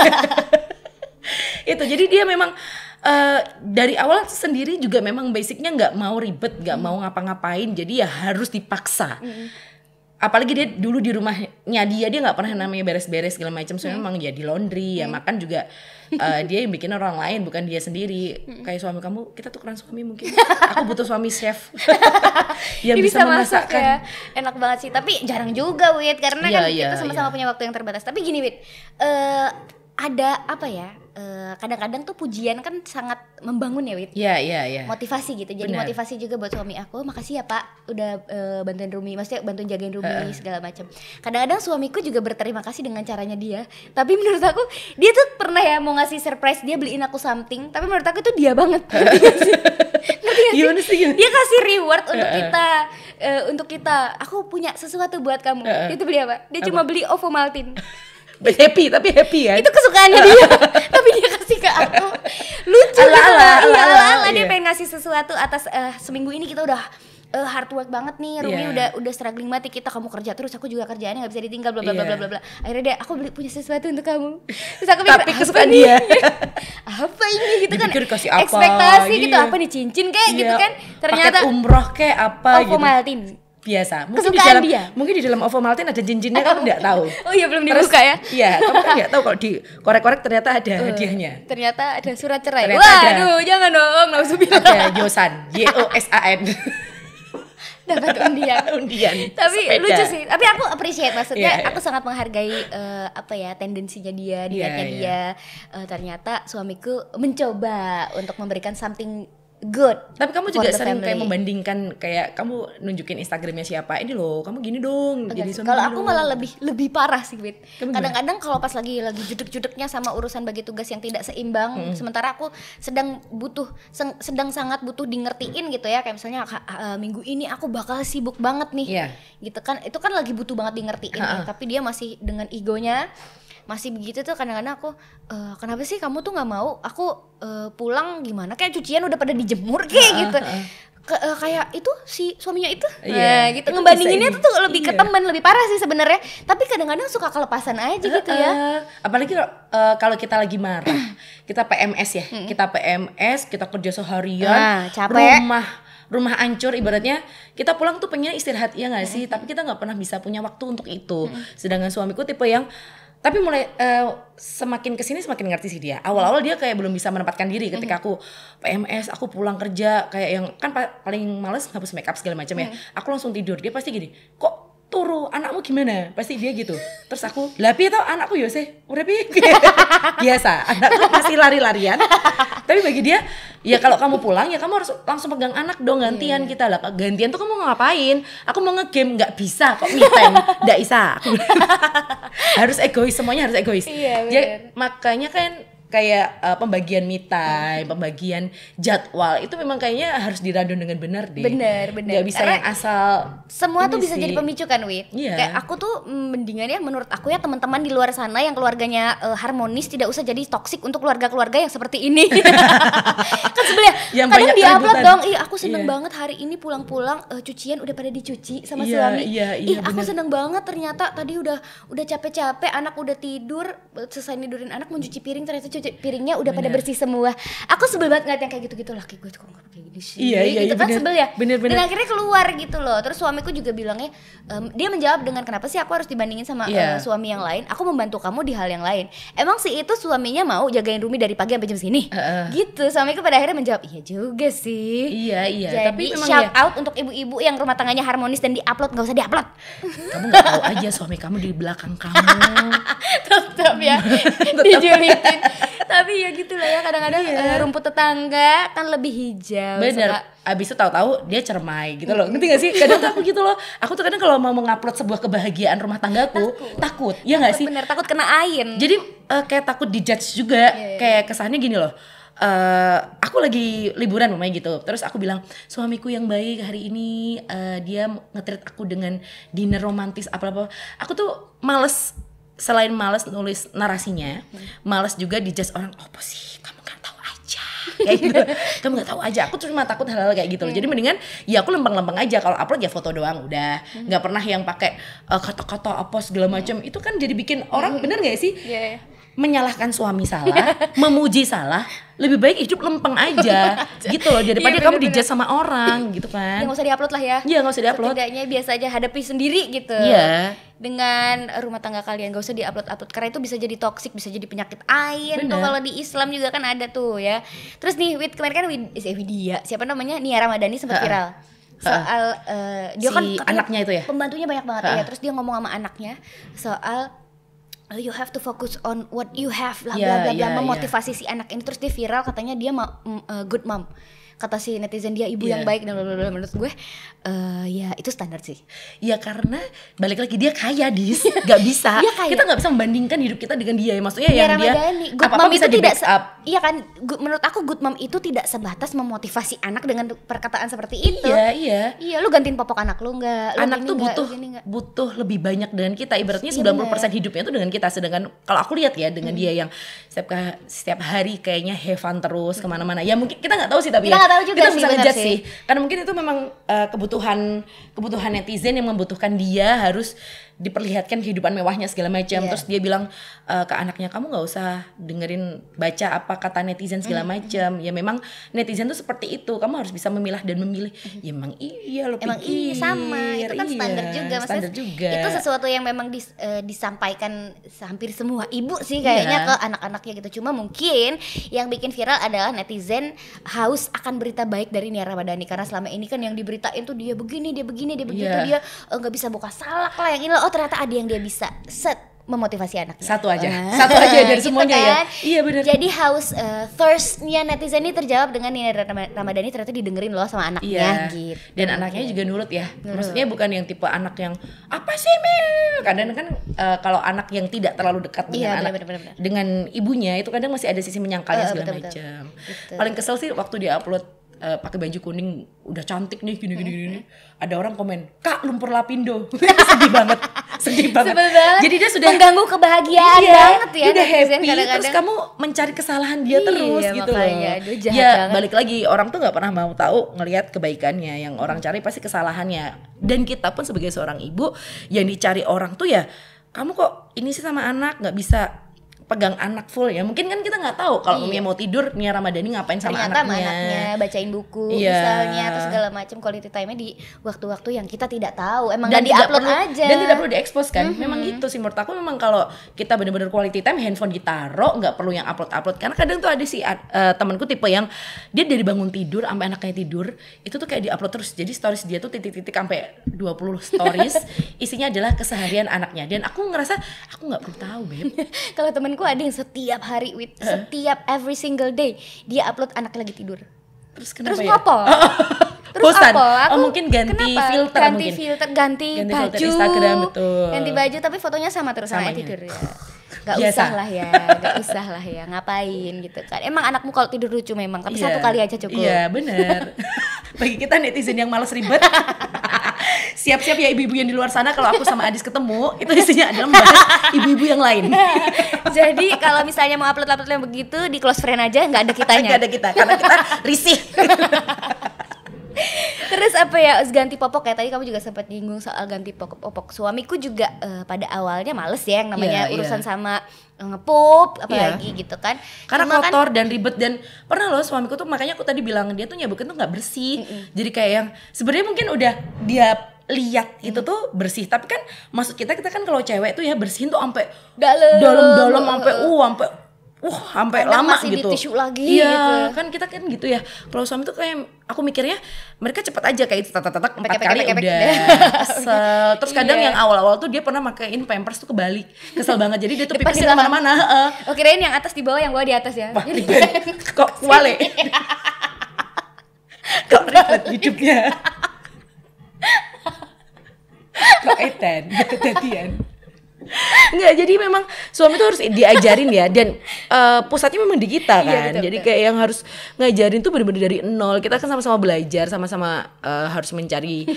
Speaker 2: Itu jadi dia memang Uh, dari awal sendiri juga memang basicnya nggak mau ribet, nggak mm. mau ngapa-ngapain, jadi ya harus dipaksa. Mm. Apalagi dia dulu di rumahnya dia dia nggak pernah namanya beres-beres segala macam, soalnya mm. memang ya di laundry mm. ya makan juga uh, dia yang bikin orang lain bukan dia sendiri. Mm. Kayak suami kamu, kita tukeran suami mungkin. Aku butuh suami chef yang bisa, bisa memasakkan. Ya.
Speaker 1: Enak banget sih, tapi jarang juga Wit karena yeah, kan yeah, kita sama-sama yeah. punya waktu yang terbatas. Tapi gini Wit, uh, ada apa ya? Uh, kadang-kadang tuh pujian kan sangat membangun ya Wit.
Speaker 2: Iya, iya, iya.
Speaker 1: Motivasi gitu. Jadi Bener. motivasi juga buat suami aku. Makasih ya Pak udah uh, bantuin Rumi, maksudnya bantuin jagain Rumi uh. segala macam. Kadang-kadang suamiku juga berterima kasih dengan caranya dia. Tapi menurut aku dia tuh pernah ya mau ngasih surprise, dia beliin aku something, tapi menurut aku itu dia banget. Ngerti gak sih? Ngerti gak sih? Dia kasih reward untuk uh. kita uh, untuk kita. Aku punya sesuatu buat kamu. Uh. Dia tuh beli apa? Dia apa? Cuma beli Ovomaltine.
Speaker 2: Happy tapi happy ya.
Speaker 1: Itu kesukaannya dia. Tapi dia kasih ke aku. Lucu
Speaker 2: ala,
Speaker 1: gitu
Speaker 2: ala,
Speaker 1: lah.
Speaker 2: ala,
Speaker 1: Iya
Speaker 2: ala,
Speaker 1: ala, ala. Dia
Speaker 2: iya.
Speaker 1: pengen ngasih sesuatu atas uh, seminggu ini kita udah uh, hard work banget nih. Rumi yeah. udah udah struggling mati, kita kamu kerja terus, aku juga kerjaannya enggak bisa ditinggal bla bla bla bla bla. Akhirnya dia aku beli punya sesuatu untuk kamu. Terus aku pikir
Speaker 2: tapi kesukaan dia.
Speaker 1: Apa ini gitu kan?
Speaker 2: Kasih apa,
Speaker 1: ekspektasi
Speaker 2: iya.
Speaker 1: gitu, apa nih cincin kayak iya. gitu kan. Ternyata
Speaker 2: paket umroh kayak apa gitu.
Speaker 1: Ovomaltine.
Speaker 2: Biasa. Mungkin
Speaker 1: kesukaan
Speaker 2: di dalam
Speaker 1: dia.
Speaker 2: Mungkin di dalam Ovomaltine ada cincinnya kamu enggak tahu.
Speaker 1: Oh iya belum dibuka ya.
Speaker 2: Iya, kamu kan enggak tahu kalau di korek-korek ternyata ada uh, hadiahnya.
Speaker 1: Ternyata ada surat cerai.
Speaker 2: Ternyata
Speaker 1: Wah,
Speaker 2: ada,
Speaker 1: aduh, jangan dong, nauzubillah.
Speaker 2: Ada Yosan, Y O S A N.
Speaker 1: Dapat undian.
Speaker 2: Undian.
Speaker 1: Tapi
Speaker 2: sepeda.
Speaker 1: Lucu sih. Tapi aku appreciate, maksudnya
Speaker 2: yeah, yeah.
Speaker 1: aku sangat menghargai uh, apa ya tendensinya dia, niatnya yeah, dia. Yeah. Uh, ternyata suamiku mencoba untuk memberikan something good.
Speaker 2: Tapi kamu juga sering kayak membandingkan, kayak kamu nunjukin Instagramnya siapa, ini loh kamu gini dong.
Speaker 1: Okay. Jadi kalau aku malah lebih lebih parah sih Wit. Kadang-kadang kalau pas lagi lagi judek-judeknya sama urusan bagi tugas yang tidak seimbang, hmm. sementara aku sedang butuh sedang sangat butuh di ngertiin gitu ya, kayak misalnya uh, minggu ini aku bakal sibuk banget nih, yeah. gitu kan, itu kan lagi butuh banget di ngertiin, ya. Tapi dia masih dengan egonya masih begitu tuh. Kadang-kadang aku e, kenapa sih kamu tuh nggak mau aku e, pulang, gimana kayak cucian udah pada dijemur kayak uh, gitu uh. Ke, uh, kayak itu si suaminya itu yeah, nah, gitu ngebandinginnya tuh, tuh lebih iya. ke teman, lebih parah sih sebenarnya. Tapi kadang-kadang suka kelepasan aja uh, gitu ya.
Speaker 2: Uh, apalagi uh, kalau kita lagi marah, kita P M S ya, hmm. kita P M S, kita kerja seharian,
Speaker 1: nah, capek.
Speaker 2: rumah rumah hancur, ibaratnya kita pulang tuh pengen istirahat ya nggak sih, hmm. tapi kita nggak pernah bisa punya waktu untuk itu. Hmm. Sedangkan suamiku tipe yang tapi mulai uh, semakin kesini semakin ngerti sih dia. Awal-awal dia kayak belum bisa menempatkan diri ketika aku P M S, aku pulang kerja kayak yang kan paling males ngapus makeup segala macam ya. Aku langsung tidur. Dia pasti gini, kok turu, anakmu gimana? Pasti dia gitu. Terus aku, lah piye tau anakku yo sih, udah piye? Biasa, anakku masih lari-larian. Tapi bagi dia, ya kalau kamu pulang ya kamu harus langsung pegang anak dong, gantian yeah. kita lah. Gantian tuh kamu mau ngapain? Aku mau nge-game, nggak bisa kok me time, nggak bisa. Harus egois, semuanya harus egois.
Speaker 1: Iya,
Speaker 2: ya, makanya kan kayak uh, pembagian me time, hmm. pembagian jadwal itu memang kayaknya harus dirandom dengan benar deh.
Speaker 1: Bener, bener.
Speaker 2: Gak bisa karena yang asal
Speaker 1: semua tuh bisa sih jadi pemicu kan, Wit.
Speaker 2: Yeah.
Speaker 1: Kayak aku tuh mendingan ya menurut aku ya teman-teman di luar sana yang keluarganya uh, harmonis, tidak usah jadi toksik untuk keluarga-keluarga yang seperti ini. Kan sebenarnya kadang di-upload dong, ih aku seneng yeah. banget hari ini pulang-pulang uh, cucian udah pada dicuci sama
Speaker 2: yeah,
Speaker 1: suami.
Speaker 2: Yeah,
Speaker 1: ih
Speaker 2: yeah,
Speaker 1: aku
Speaker 2: bener.
Speaker 1: seneng banget ternyata tadi udah udah capek-capek, anak udah tidur, selesai nidurin anak mau cuci piring ternyata cuci piringnya udah bener. pada bersih semua. Aku sebel banget ngeliat yang kayak gitu-gitu, laki gue tuh kok gak kayak gini sih.
Speaker 2: Iya, iya,
Speaker 1: gitu
Speaker 2: iya,
Speaker 1: kan
Speaker 2: bener.
Speaker 1: sebel ya.
Speaker 2: Bener, bener.
Speaker 1: Dan akhirnya keluar gitu loh. Terus suamiku juga bilangnya, um, dia menjawab dengan kenapa sih aku harus dibandingin sama yeah. uh, suami yang lain? Aku membantu kamu di hal yang lain. Emang sih itu suaminya mau jagain Rumi dari pagi sampai jam segini? Uh, uh. Gitu. Suamiku pada akhirnya menjawab, iya juga sih.
Speaker 2: Iya, iya.
Speaker 1: Jadi
Speaker 2: tapi memang
Speaker 1: shout
Speaker 2: ya.
Speaker 1: out untuk ibu-ibu yang rumah tangganya harmonis dan diupload, nggak usah diupload.
Speaker 2: Kamu nggak tahu aja suami kamu di belakang kamu.
Speaker 1: Tetap ya dijulitin. Tapi ya gitulah ya, kadang-kadang iya. uh, rumput tetangga kan lebih hijau.
Speaker 2: Bener. Suka... Abis itu tahu-tahu dia cermai gitu loh. Ngerti gak sih? Kadang tuh aku gitu loh. Aku tuh kadang kalau mau mengupload sebuah kebahagiaan rumah tanggaku takut, takut. Ya nggak sih?
Speaker 1: Bener, takut kena air.
Speaker 2: Jadi uh, kayak takut dijudge juga. Yeah, yeah. Kayak kesannya gini loh. Uh, aku lagi liburan mamanya gitu, terus aku bilang suamiku yang baik hari ini uh, dia nge-treat aku dengan dinner romantis apa-apa. Aku tuh males, selain males nulis narasinya, hmm. males juga dijudge orang. Oh apa sih kamu nggak tahu aja kayak gitu. Kamu nggak tahu aja. Aku cuma takut hal-hal kayak gitu. Hmm. Jadi mendingan ya aku lempeng-lempeng aja. Kalau upload ya foto doang udah. Nggak hmm. pernah yang pakai uh, kata-kata apa segala macam. Hmm. Itu kan jadi bikin orang hmm. bener nggak sih? Yeah, yeah. Menyalahkan suami salah, memuji salah, lebih baik hidup lempeng aja gitu loh, daripada ya, kamu dijudge sama orang gitu kan.
Speaker 1: Ya nggak usah diupload lah ya.
Speaker 2: Iya nggak usah diupload.
Speaker 1: Setidaknya biasa aja hadapi sendiri gitu.
Speaker 2: Iya.
Speaker 1: Dengan rumah tangga kalian nggak usah diupload-upload karena itu bisa jadi toksik, bisa jadi penyakit ain. Tuh kalau di Islam juga kan ada tuh ya. Terus nih Wid kemarin kan Wid, eh, Widya, siapa namanya Nia Ramadhani sempat viral. Soal uh, dia
Speaker 2: si
Speaker 1: kan
Speaker 2: anaknya itu ya.
Speaker 1: Pembantunya banyak banget ya. Terus dia ngomong sama anaknya soal you have to focus on what you have lah, bla bla bla, memotivasi yeah. si anak ini. Terus dia viral katanya dia ma- uh, good mom, kata si netizen dia ibu yeah. yang baik dan blablabla. Menurut gue uh, ya itu standar sih
Speaker 2: ya, karena balik lagi dia kaya dis nggak bisa kita nggak bisa membandingkan hidup kita dengan dia, maksudnya
Speaker 1: ya,
Speaker 2: yang dia
Speaker 1: good apa apa bisa di
Speaker 2: back up.
Speaker 1: Iya kan, good, menurut aku good mom itu tidak sebatas memotivasi anak dengan perkataan seperti itu.
Speaker 2: Iya iya
Speaker 1: iya lu gantiin popok anak lu nggak, lu
Speaker 2: anak tuh
Speaker 1: enggak,
Speaker 2: butuh butuh lebih banyak dengan kita, ibaratnya sembilan puluh persen hidupnya tuh dengan kita. Sedangkan kalau aku lihat ya dengan hmm. dia yang setiap setiap hari kayaknya have fun terus kemana-mana, ya mungkin kita nggak tahu sih, tapi
Speaker 1: kita
Speaker 2: ya
Speaker 1: tahu juga
Speaker 2: kita
Speaker 1: sih,
Speaker 2: bisa ngejudge sih.
Speaker 1: sih
Speaker 2: Karena mungkin itu memang uh, kebutuhan kebutuhan netizen yang membutuhkan dia harus diperlihatkan kehidupan mewahnya segala macam. Yeah. Terus dia bilang uh, ke anaknya, kamu nggak usah dengerin baca apa kata netizen segala macam. Mm-hmm. Ya memang netizen tuh seperti itu, kamu harus bisa memilah dan memilih. Mm-hmm. Ya memang iya lo
Speaker 1: emang
Speaker 2: pikir.
Speaker 1: Iya sama, itu kan
Speaker 2: iya,
Speaker 1: standar juga.
Speaker 2: Standar juga.
Speaker 1: Itu sesuatu yang memang dis, uh, disampaikan hampir semua ibu sih kayaknya yeah. ke anak-anaknya gitu. Cuma mungkin yang bikin viral adalah netizen haus akan berita baik dari Nia Ramadhani, karena selama ini kan yang diberitain tuh dia begini, dia begini, dia begitu, yeah. dia nggak uh, bisa buka salak lah yang ini lah. Oh ternyata ada yang dia bisa set memotivasi anaknya.
Speaker 2: Satu aja, nah, satu aja dari semuanya gitu kan? Ya. Iya benar.
Speaker 1: Jadi haus uh, thirst-nya netizen ini terjawab dengan Nia Ramadhani ternyata didengerin loh sama anaknya. Iya. Gitu.
Speaker 2: Dan anaknya juga nurut ya. Nurut. Maksudnya bukan yang tipe anak yang apa sih Mel? Kadang kan uh, kalau anak yang tidak terlalu dekat dengan iya, anak bener, bener, bener. dengan ibunya itu kadang masih ada sisi menyangkalnya uh, segala macam. Paling kesel sih waktu dia upload Uh, pakai baju kuning udah cantik nih gini gini gini, ada orang komen, Kak lumpur lapindo. Sedih banget, sedih banget. Jadi dia sudah mengganggu
Speaker 1: kebahagiaan iya, banget ya.
Speaker 2: Udah happy, kadang-kadang. Terus kamu mencari kesalahan dia iya, terus gitu loh. Ya banget. Balik lagi, orang tuh nggak pernah mau tahu ngelihat kebaikannya, yang orang cari pasti kesalahannya. Dan kita pun sebagai seorang ibu yang dicari orang tuh ya, kamu kok ini sih sama anak nggak bisa pegang anak full ya. Mungkin kan kita nggak tahu kalau Mia iya. mau tidur, Nia Ramadhani ngapain sama
Speaker 1: ternyata
Speaker 2: anaknya.
Speaker 1: anaknya bacain buku iya. misalnya, atau segala macam quality time-nya di waktu-waktu yang kita tidak tahu. Emang nggak di-upload aja.
Speaker 2: Dan tidak perlu diekspos kan. Mm-hmm. Memang gitu sih menurut aku, memang kalau kita benar-benar quality time, handphone ditaruh, nggak perlu yang upload-upload. Karena kadang tuh ada sih uh, temanku tipe yang dia dari bangun tidur sampai anaknya tidur itu tuh kayak di-upload terus. Jadi stories dia tuh titik-titik sampai dua puluh stories isinya adalah keseharian anaknya. Dan aku ngerasa aku nggak perlu tahu, Beb.
Speaker 1: Kalau temanku ada yang setiap hari with uh. setiap every single day dia upload anak lagi tidur.
Speaker 2: Terus kenapa
Speaker 1: Terus
Speaker 2: ya?
Speaker 1: ngapa? Terus
Speaker 2: Bosan.
Speaker 1: apa? Aku,
Speaker 2: oh mungkin ganti
Speaker 1: kenapa?
Speaker 2: filter
Speaker 1: ganti
Speaker 2: mungkin.
Speaker 1: filter, ganti, ganti baju,
Speaker 2: filter Instagram betul.
Speaker 1: Ganti baju tapi fotonya sama terus sama tidur ya. Gak Biasa. usah lah ya, gak usah lah ya, ngapain gitu kan. Emang anakmu kalau tidur lucu memang, tapi yeah. satu kali aja cukup.
Speaker 2: Iya yeah, benar. Bagi kita netizen yang malas ribet, siap-siap ya ibu-ibu yang di luar sana, kalau aku sama Adis ketemu itu isinya adalah membahas ibu-ibu yang lain.
Speaker 1: Jadi kalau misalnya mau upload-upload yang begitu di close friend aja, nggak ada kitanya.
Speaker 2: Nggak ada kita, karena kita risih.
Speaker 1: Terus apa ya, ganti popok kayak tadi kamu juga sempat nyinggung soal ganti popok. popok. Suamiku juga uh, pada awalnya males ya yang namanya yeah, urusan yeah. sama ngepup apalagi yeah. gitu kan.
Speaker 2: Karena
Speaker 1: Cuma
Speaker 2: kotor
Speaker 1: kan,
Speaker 2: dan ribet, dan pernah loh suamiku tuh, makanya aku tadi bilang dia tuh nyabukin tuh nggak bersih. Mm-mm. Jadi kayak yang sebenarnya mungkin udah dia lihat itu hmm. tuh bersih, tapi kan maksud kita kita kan kalau cewek tuh ya bersihin tuh sampai dalam-dalam sampai uh sampai uh sampai lama
Speaker 1: masih
Speaker 2: gitu.
Speaker 1: Di tisu lagi
Speaker 2: iya,
Speaker 1: gitu.
Speaker 2: Kan kita kan gitu ya. Kalau suami tuh kayak aku mikirnya mereka cepet aja kayak tatak-tatak empat kali udah kesel. Terus kadang yeah. yang awal-awal tuh dia pernah makein pampers tuh kebalik. Kesel banget. Jadi dia tuh pipisnya kemana-mana. Uh.
Speaker 1: Oh, kirain yang atas di bawah, yang bawah di atas ya.
Speaker 2: Wah, kok wale. Kok ribet hidupnya. Kok edan, kejadian. Enggak, jadi memang suami tuh harus diajarin ya, dan uh, pusatnya memang di kita kan. Iya, betul, jadi betul. Kayak yang harus ngajarin tuh benar-benar dari nol. Kita kan sama-sama belajar, sama-sama uh, harus mencari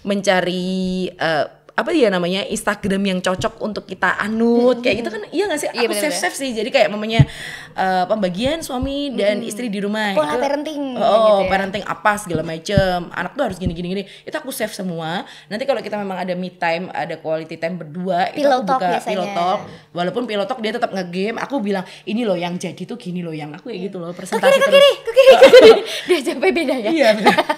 Speaker 2: mencari uh, apa ya namanya Instagram yang cocok untuk kita anut, kayak gitu kan. Iya nggak sih? Aku iya, safe safe sih. Jadi kayak mamanya uh, pembagian suami dan hmm. istri di rumah.
Speaker 1: Pola
Speaker 2: itu,
Speaker 1: parenting.
Speaker 2: Oh, gitu ya. Parenting apa segala macem. Anak tuh harus gini gini gini. Itu aku save semua. Nanti kalau kita memang ada me time, ada quality time berdua,
Speaker 1: pillow
Speaker 2: itu aku buka
Speaker 1: biasanya.
Speaker 2: pillow talk. Walaupun pillow talk dia tetap nge-game. Aku bilang ini loh yang jadi tuh gini loh, yang aku kayak gitu loh. Presentasi
Speaker 1: ke kiri,
Speaker 2: terus.
Speaker 1: Ke kiri, ke kiri, ke kiri. Dia sampai beda ya.
Speaker 2: Iya.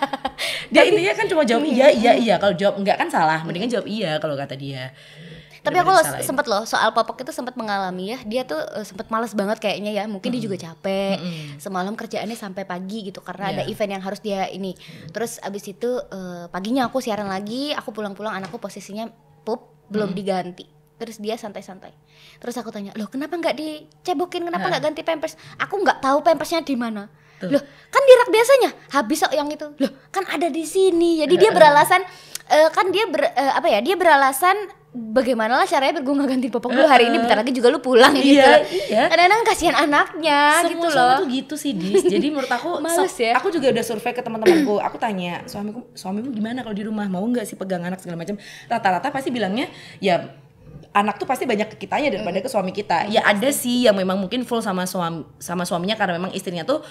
Speaker 2: Dia intinya kan cuma jawab iya iya iya. Kalau jawab enggak kan salah. Mendingan jawab iya kalau kata dia.
Speaker 1: Tapi aku sempet loh soal popok itu sempat mengalami ya. Dia tuh uh, sempat malas banget kayaknya ya. Mungkin mm-hmm. dia juga capek. Mm-hmm. Semalam kerjaannya sampai pagi gitu karena yeah. ada event yang harus dia ini. Terus abis itu uh, paginya aku siaran lagi. Aku pulang-pulang anakku posisinya pup belum mm-hmm. diganti. Terus dia santai-santai. Terus aku tanya, loh kenapa nggak dicebokin? Kenapa nggak ganti pampers? Aku nggak tahu pampersnya di mana. Loh kan di rak biasanya habis kok yang itu. Loh kan ada di sini. Jadi dia beralasan uh, kan dia ber, uh, apa ya? Dia beralasan bagaimana lah caranya biar gue gak ganti popok dulu hari ini, bentar lagi juga lu pulang gitu.
Speaker 2: Iya, iya.
Speaker 1: Kadang-kadang kasihan anaknya.
Speaker 2: Semua
Speaker 1: gitu loh.
Speaker 2: Semua tuh gitu sih Dis. Jadi menurut aku
Speaker 1: Males,
Speaker 2: so,
Speaker 1: ya?
Speaker 2: aku juga udah survei ke teman-temanku. Aku tanya, suamiku suamimu gimana kalau di rumah? Mau enggak sih pegang anak segala macam? Rata-rata pasti bilangnya ya anak tuh pasti banyak ke kitanya daripada mm. ke suami kita. Mm. Ya ada sih yang memang mungkin full sama suami sama suaminya karena memang istrinya tuh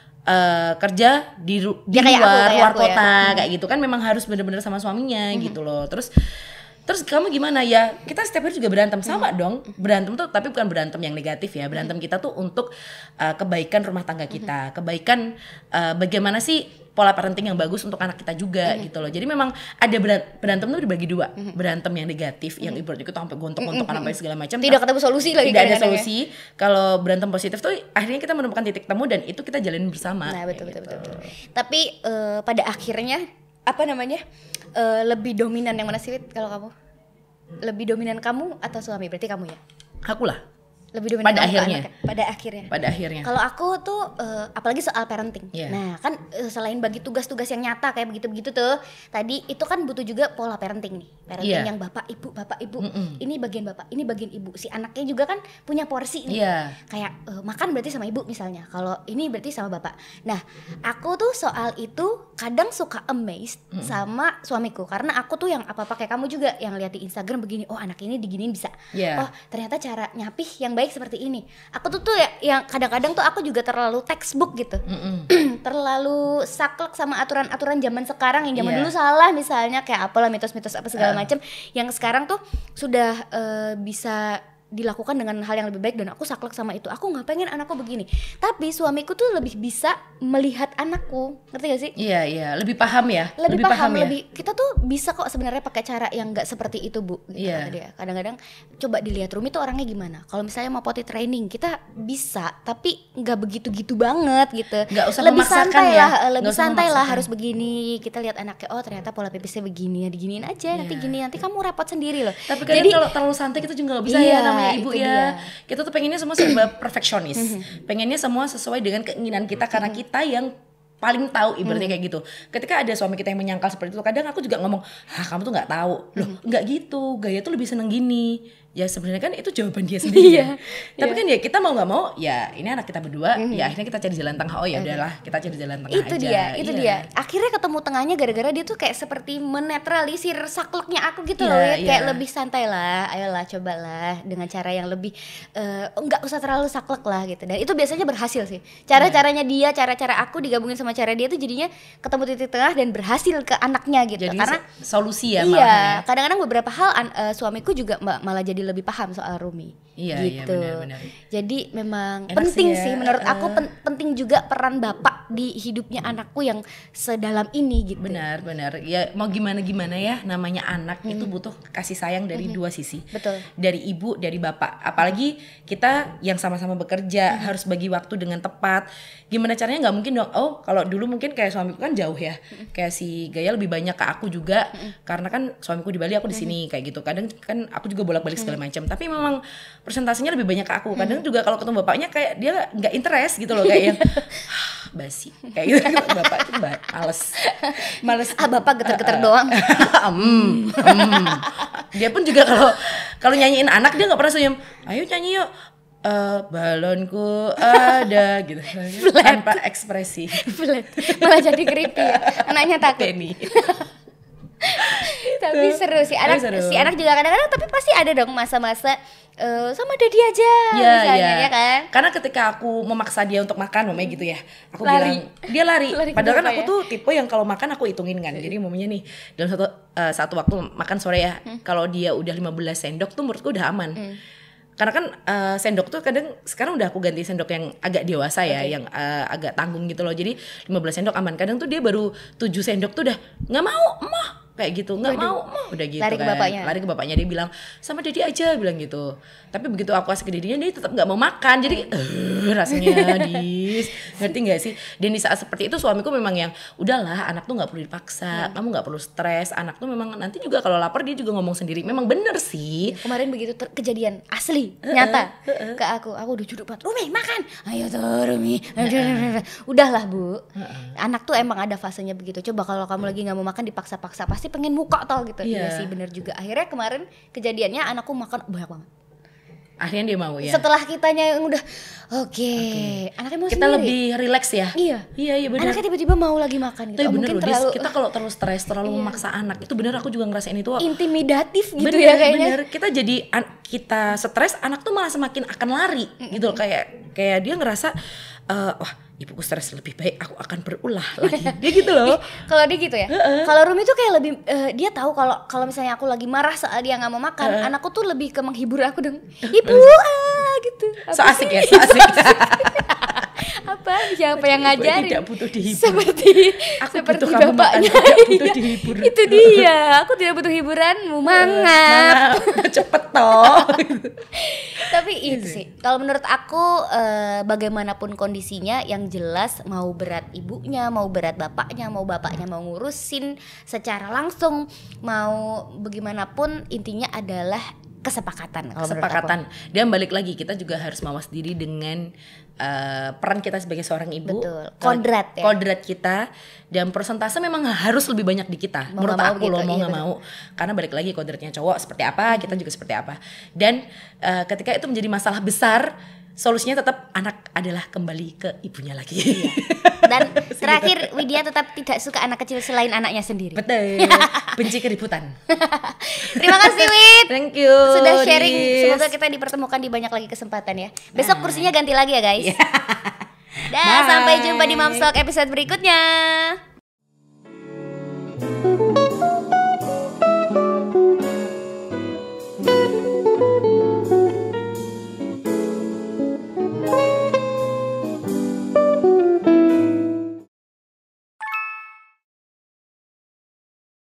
Speaker 2: Uh, kerja di, ru- di ya, luar aku, luar aku, kota ya. Kayak gitu kan memang harus benar-benar sama suaminya mm-hmm. gitu loh. Terus terus kamu gimana ya? Kita setiap hari juga berantem sama mm-hmm. dong. Berantem tuh tapi bukan berantem yang negatif ya. Berantem mm-hmm. kita tuh untuk uh, kebaikan rumah tangga kita, mm-hmm. kebaikan uh, bagaimana sih pola parenting yang bagus untuk anak kita juga mm-hmm. gitu loh. Jadi memang ada berantem tuh dibagi dua. Mm-hmm. Berantem yang negatif mm-hmm. yang ibaratnya itu sampai gontok-gontokan mm-hmm. sampai segala macam.
Speaker 1: Tidak ketemu solusi lagi.
Speaker 2: Tidak ada solusi. Ya. Kalau berantem positif tuh akhirnya kita menemukan titik temu dan itu kita jalanin bersama.
Speaker 1: Nah, betul betul,
Speaker 2: gitu.
Speaker 1: betul betul. Tapi uh, pada akhirnya apa namanya? Uh, lebih dominan yang mana sih kalau kamu? Lebih dominan kamu atau suami? Berarti kamu ya?
Speaker 2: Aku lah.
Speaker 1: Lebih dominan
Speaker 2: pada akhirnya.
Speaker 1: Pada akhirnya.
Speaker 2: Pada akhirnya.
Speaker 1: Kalau aku tuh uh, apalagi soal parenting. Yeah. Nah, kan uh, selain bagi tugas-tugas yang nyata kayak begitu-begitu tuh, tadi itu kan butuh juga pola parenting nih. Parenting yeah. yang bapak ibu, bapak ibu. Mm-mm. Ini bagian bapak, ini bagian ibu. Si anaknya juga kan punya porsi nih. Yeah. Kayak uh, makan berarti sama ibu misalnya. Kalau ini berarti sama bapak. Nah, aku tuh soal itu kadang suka amazed mm. sama suamiku karena aku tuh yang apa-apa kayak kamu juga yang lihat di Instagram begini, oh anak ini diginiin bisa. Yeah. Oh, ternyata cara nyapih yang baik seperti ini. Aku tuh tuh ya, yang kadang-kadang tuh aku juga terlalu textbook gitu. Terlalu saklek sama aturan-aturan zaman sekarang yang zaman yeah. dulu salah misalnya kayak apalah mitos-mitos apa segala uh. macam yang sekarang tuh sudah uh, bisa dilakukan dengan hal yang lebih baik dan aku saklek sama itu. Aku nggak pengen anakku begini. Tapi suamiku tuh lebih bisa melihat anakku, ngerti gak sih?
Speaker 2: Iya iya, lebih paham ya.
Speaker 1: Lebih, lebih paham, paham ya? lebih. Kita tuh bisa kok sebenarnya pakai cara yang nggak seperti itu bu. Gitu yeah. dia. Kadang-kadang coba dilihat Rumi tuh orangnya gimana. Kalau misalnya mau potty training kita bisa, tapi nggak begitu-gitu banget gitu.
Speaker 2: Nggak usah
Speaker 1: lebih santai
Speaker 2: ya.
Speaker 1: lah, lebih santai lah harus begini. Kita lihat anaknya, oh ternyata pola pipisnya begini, ya diginiin aja. Yeah. Nanti gini, nanti kamu repot sendiri loh.
Speaker 2: Tapi kadang kalau terlalu santai kita juga nggak bisa iya, ya. Ibu ya, dia. Kita tuh pengennya semua serba perfeksionis, pengennya semua sesuai dengan keinginan kita karena kita yang paling tahu ibaratnya kayak gitu. Ketika ada suami kita yang menyangkal seperti itu, kadang aku juga ngomong, ah kamu tuh nggak tahu, loh nggak gitu, Gaya tuh lebih seneng gini, ya sebenarnya kan itu jawaban dia sendiri
Speaker 1: Iya,
Speaker 2: ya. Tapi
Speaker 1: iya.
Speaker 2: kan ya kita mau nggak mau ya ini anak kita berdua,
Speaker 1: Mhm.
Speaker 2: ya akhirnya kita cari jalan tengah. Oh ya udahlah, kita cari jalan tengah
Speaker 1: Itu
Speaker 2: aja.
Speaker 1: dia, itu
Speaker 2: Iya.
Speaker 1: dia. Akhirnya ketemu tengahnya gara-gara dia tuh kayak seperti menetralisir sakleknya aku gitu
Speaker 2: Iya,
Speaker 1: loh ya. Kayak
Speaker 2: iya.
Speaker 1: lebih santai lah, ayolah cobalah dengan cara yang lebih eh, nggak usah terlalu saklek lah gitu. Dan itu biasanya berhasil sih. Cara-caranya dia, cara-cara aku digabungin sama cara dia tuh jadinya ketemu titik tengah dan berhasil ke anaknya gitu.
Speaker 2: Jadi
Speaker 1: Karena
Speaker 2: so- solusi ya
Speaker 1: iya,
Speaker 2: malahan ya.
Speaker 1: kadang-kadang beberapa hal an- eh, suamiku juga ma- malah jadi lebih paham soal Rumi.
Speaker 2: Iya, iya,
Speaker 1: gitu.
Speaker 2: benar-benar.
Speaker 1: Jadi memang
Speaker 2: Enak
Speaker 1: penting
Speaker 2: sih
Speaker 1: sih,
Speaker 2: ya,
Speaker 1: menurut
Speaker 2: eh.
Speaker 1: aku pen- penting juga peran bapak di hidupnya anakku yang sedalam ini gitu.
Speaker 2: Benar, benar. Ya mau gimana gimana ya, namanya anak itu butuh kasih sayang dari dua sisi.
Speaker 1: Betul.
Speaker 2: Dari ibu, dari bapak. Apalagi kita yang sama-sama bekerja harus bagi waktu dengan tepat. Gimana caranya? Nggak mungkin dong. Oh, kalau dulu mungkin kayak suamiku kan jauh ya. Kayak si Gaya lebih banyak ke aku juga, karena kan suamiku di Bali, aku di sini kayak gitu. Kadang kan aku juga bolak-balik segala macam. Tapi memang persentasenya lebih banyak ke aku. Kadang juga kalau ketemu bapaknya kayak dia nggak interest gitu loh, kayak yang basi kayak gitu. Bapak itu ba- males males
Speaker 1: Ah, bapak geter-geter doang.
Speaker 2: Hmm, hmm. Dia pun juga kalau kalau nyanyiin anak dia nggak pernah senyum. Ayo nyanyi yuk. Eh, balonku ada gitu. Tanpa ekspresi.
Speaker 1: Flat. Malah jadi creepy ya. Anaknya takut.
Speaker 2: Penny.
Speaker 1: Tapi seru sih anak,
Speaker 2: Tapi seru.
Speaker 1: si anak juga kadang-kadang, tapi pasti ada dong masa-masa eh, sama daddy aja
Speaker 2: Iya,
Speaker 1: misalnya
Speaker 2: iya.
Speaker 1: ya kan.
Speaker 2: Karena ketika aku memaksa dia untuk makan, mamanya gitu ya. Aku
Speaker 1: Lari.
Speaker 2: bilang, dia lari.
Speaker 1: Lari ke
Speaker 2: Padahal kan
Speaker 1: bapak
Speaker 2: aku
Speaker 1: ya?
Speaker 2: tuh tipe yang kalau makan aku hitungin kan. Jadi mamanya nih dalam satu eh, satu waktu makan sore ya, kalau dia udah lima belas sendok tuh menurutku udah aman. Karena kan eh, sendok tuh kadang sekarang udah aku ganti sendok yang agak dewasa ya,
Speaker 1: Oke.
Speaker 2: yang eh, agak tanggung gitu loh. Jadi lima belas sendok aman. Kadang tuh dia baru tujuh sendok tuh udah nggak mau, mah kayak gitu, nggak
Speaker 1: Waduh.
Speaker 2: mau, mah udah gitu
Speaker 1: Lari ke
Speaker 2: kan.
Speaker 1: bapaknya.
Speaker 2: Lari ke bapaknya, dia bilang sama Dedi aja, bilang gitu. Tapi begitu aku kasih ke Dedinya, dia tetap nggak mau makan. Jadi eh, rasanya dis, ngerti nggak sih? Dan di saat seperti itu suamiku memang yang udahlah, anak tuh nggak perlu dipaksa, kamu nggak perlu stres. Anak tuh memang nanti juga kalau lapar dia juga ngomong sendiri. Memang bener sih.
Speaker 1: Kemarin begitu ter- kejadian asli nyata ke aku, aku udah juduk banget. Rumi makan, ayo tuh Rumi. Udahlah bu, anak tuh emang ada fasenya begitu. Coba kalau kamu lagi nggak mau makan dipaksa-paksa, pasti pengen muka tau gitu.
Speaker 2: Iya.
Speaker 1: Iya sih bener juga. Akhirnya kemarin kejadiannya anakku makan banyak banget.
Speaker 2: Akhirnya dia mau ya.
Speaker 1: Setelah kitanya yang udah oke, anaknya mau
Speaker 2: Kita
Speaker 1: sendiri.
Speaker 2: lebih relax ya.
Speaker 1: Iya.
Speaker 2: Iya, iya benar.
Speaker 1: Anaknya tiba-tiba mau lagi makan gitu.
Speaker 2: Tapi
Speaker 1: Oh,
Speaker 2: bener
Speaker 1: mungkin
Speaker 2: loh, Dis,
Speaker 1: terlalu
Speaker 2: kita kalau terlalu stres, terlalu
Speaker 1: Iya.
Speaker 2: memaksa anak, itu bener aku juga ngerasain itu.
Speaker 1: intimidatif gitu
Speaker 2: bener,
Speaker 1: ya kayaknya.
Speaker 2: bener. Kita jadi an- kita stres, anak tuh malah semakin akan lari gitu loh. Kayak kayak dia ngerasa eh, wah ibuku stres, lebih baik aku akan berulah lagi. Dia gitu loh.
Speaker 1: Kalau dia gitu ya. Kalau Rumi tuh kayak lebih eh, dia tahu kalau kalau misalnya aku lagi marah saat dia nggak mau makan, anakku tuh lebih ke menghibur aku dong. Ibu ah gitu.
Speaker 2: So asik ya, so asik.
Speaker 1: Apa siapa yang
Speaker 2: Ibu
Speaker 1: ngajarin?
Speaker 2: tidak butuh dihibur.
Speaker 1: Seperti
Speaker 2: Aku
Speaker 1: seperti
Speaker 2: butuh kamu makan,
Speaker 1: bapaknya.
Speaker 2: tidak butuh
Speaker 1: Iya,
Speaker 2: dihibur.
Speaker 1: Itu dia. Aku tidak butuh hiburanmu, mangap.
Speaker 2: Nah, cepet toh.
Speaker 1: Tapi itu sih kalau menurut aku eh, bagaimanapun kondisinya, yang jelas mau berat ibunya, mau berat bapaknya, mau bapaknya mau ngurusin secara langsung, mau bagaimanapun intinya adalah kesepakatan. kalau menurut aku.
Speaker 2: Kesepakatan. Dan balik lagi kita juga harus mawas diri dengan uh, peran kita sebagai seorang ibu.
Speaker 1: Betul.
Speaker 2: Kalau-
Speaker 1: Kodrat ya.
Speaker 2: Kodrat kita, dan persentase memang harus lebih banyak di kita.
Speaker 1: Mau
Speaker 2: Menurut
Speaker 1: nggak mau
Speaker 2: aku
Speaker 1: gitu,
Speaker 2: loh, mau
Speaker 1: iya
Speaker 2: nggak
Speaker 1: benar.
Speaker 2: mau. Karena balik lagi kodratnya cowok seperti apa, kita juga seperti apa. Dan uh, ketika itu menjadi masalah besar, solusinya tetap anak adalah kembali ke ibunya lagi.
Speaker 1: Dan terakhir Widya tetap tidak suka anak kecil selain anaknya sendiri.
Speaker 2: Betul. Benci keributan.
Speaker 1: Terima kasih Wid.
Speaker 2: Thank you.
Speaker 1: Sudah sharing.
Speaker 2: Dis.
Speaker 1: Semoga kita dipertemukan di banyak lagi kesempatan ya. Besok kursinya ganti lagi ya guys.
Speaker 2: Iya.
Speaker 1: Dah, sampai
Speaker 2: Bye.
Speaker 1: jumpa di Momstalk episode berikutnya.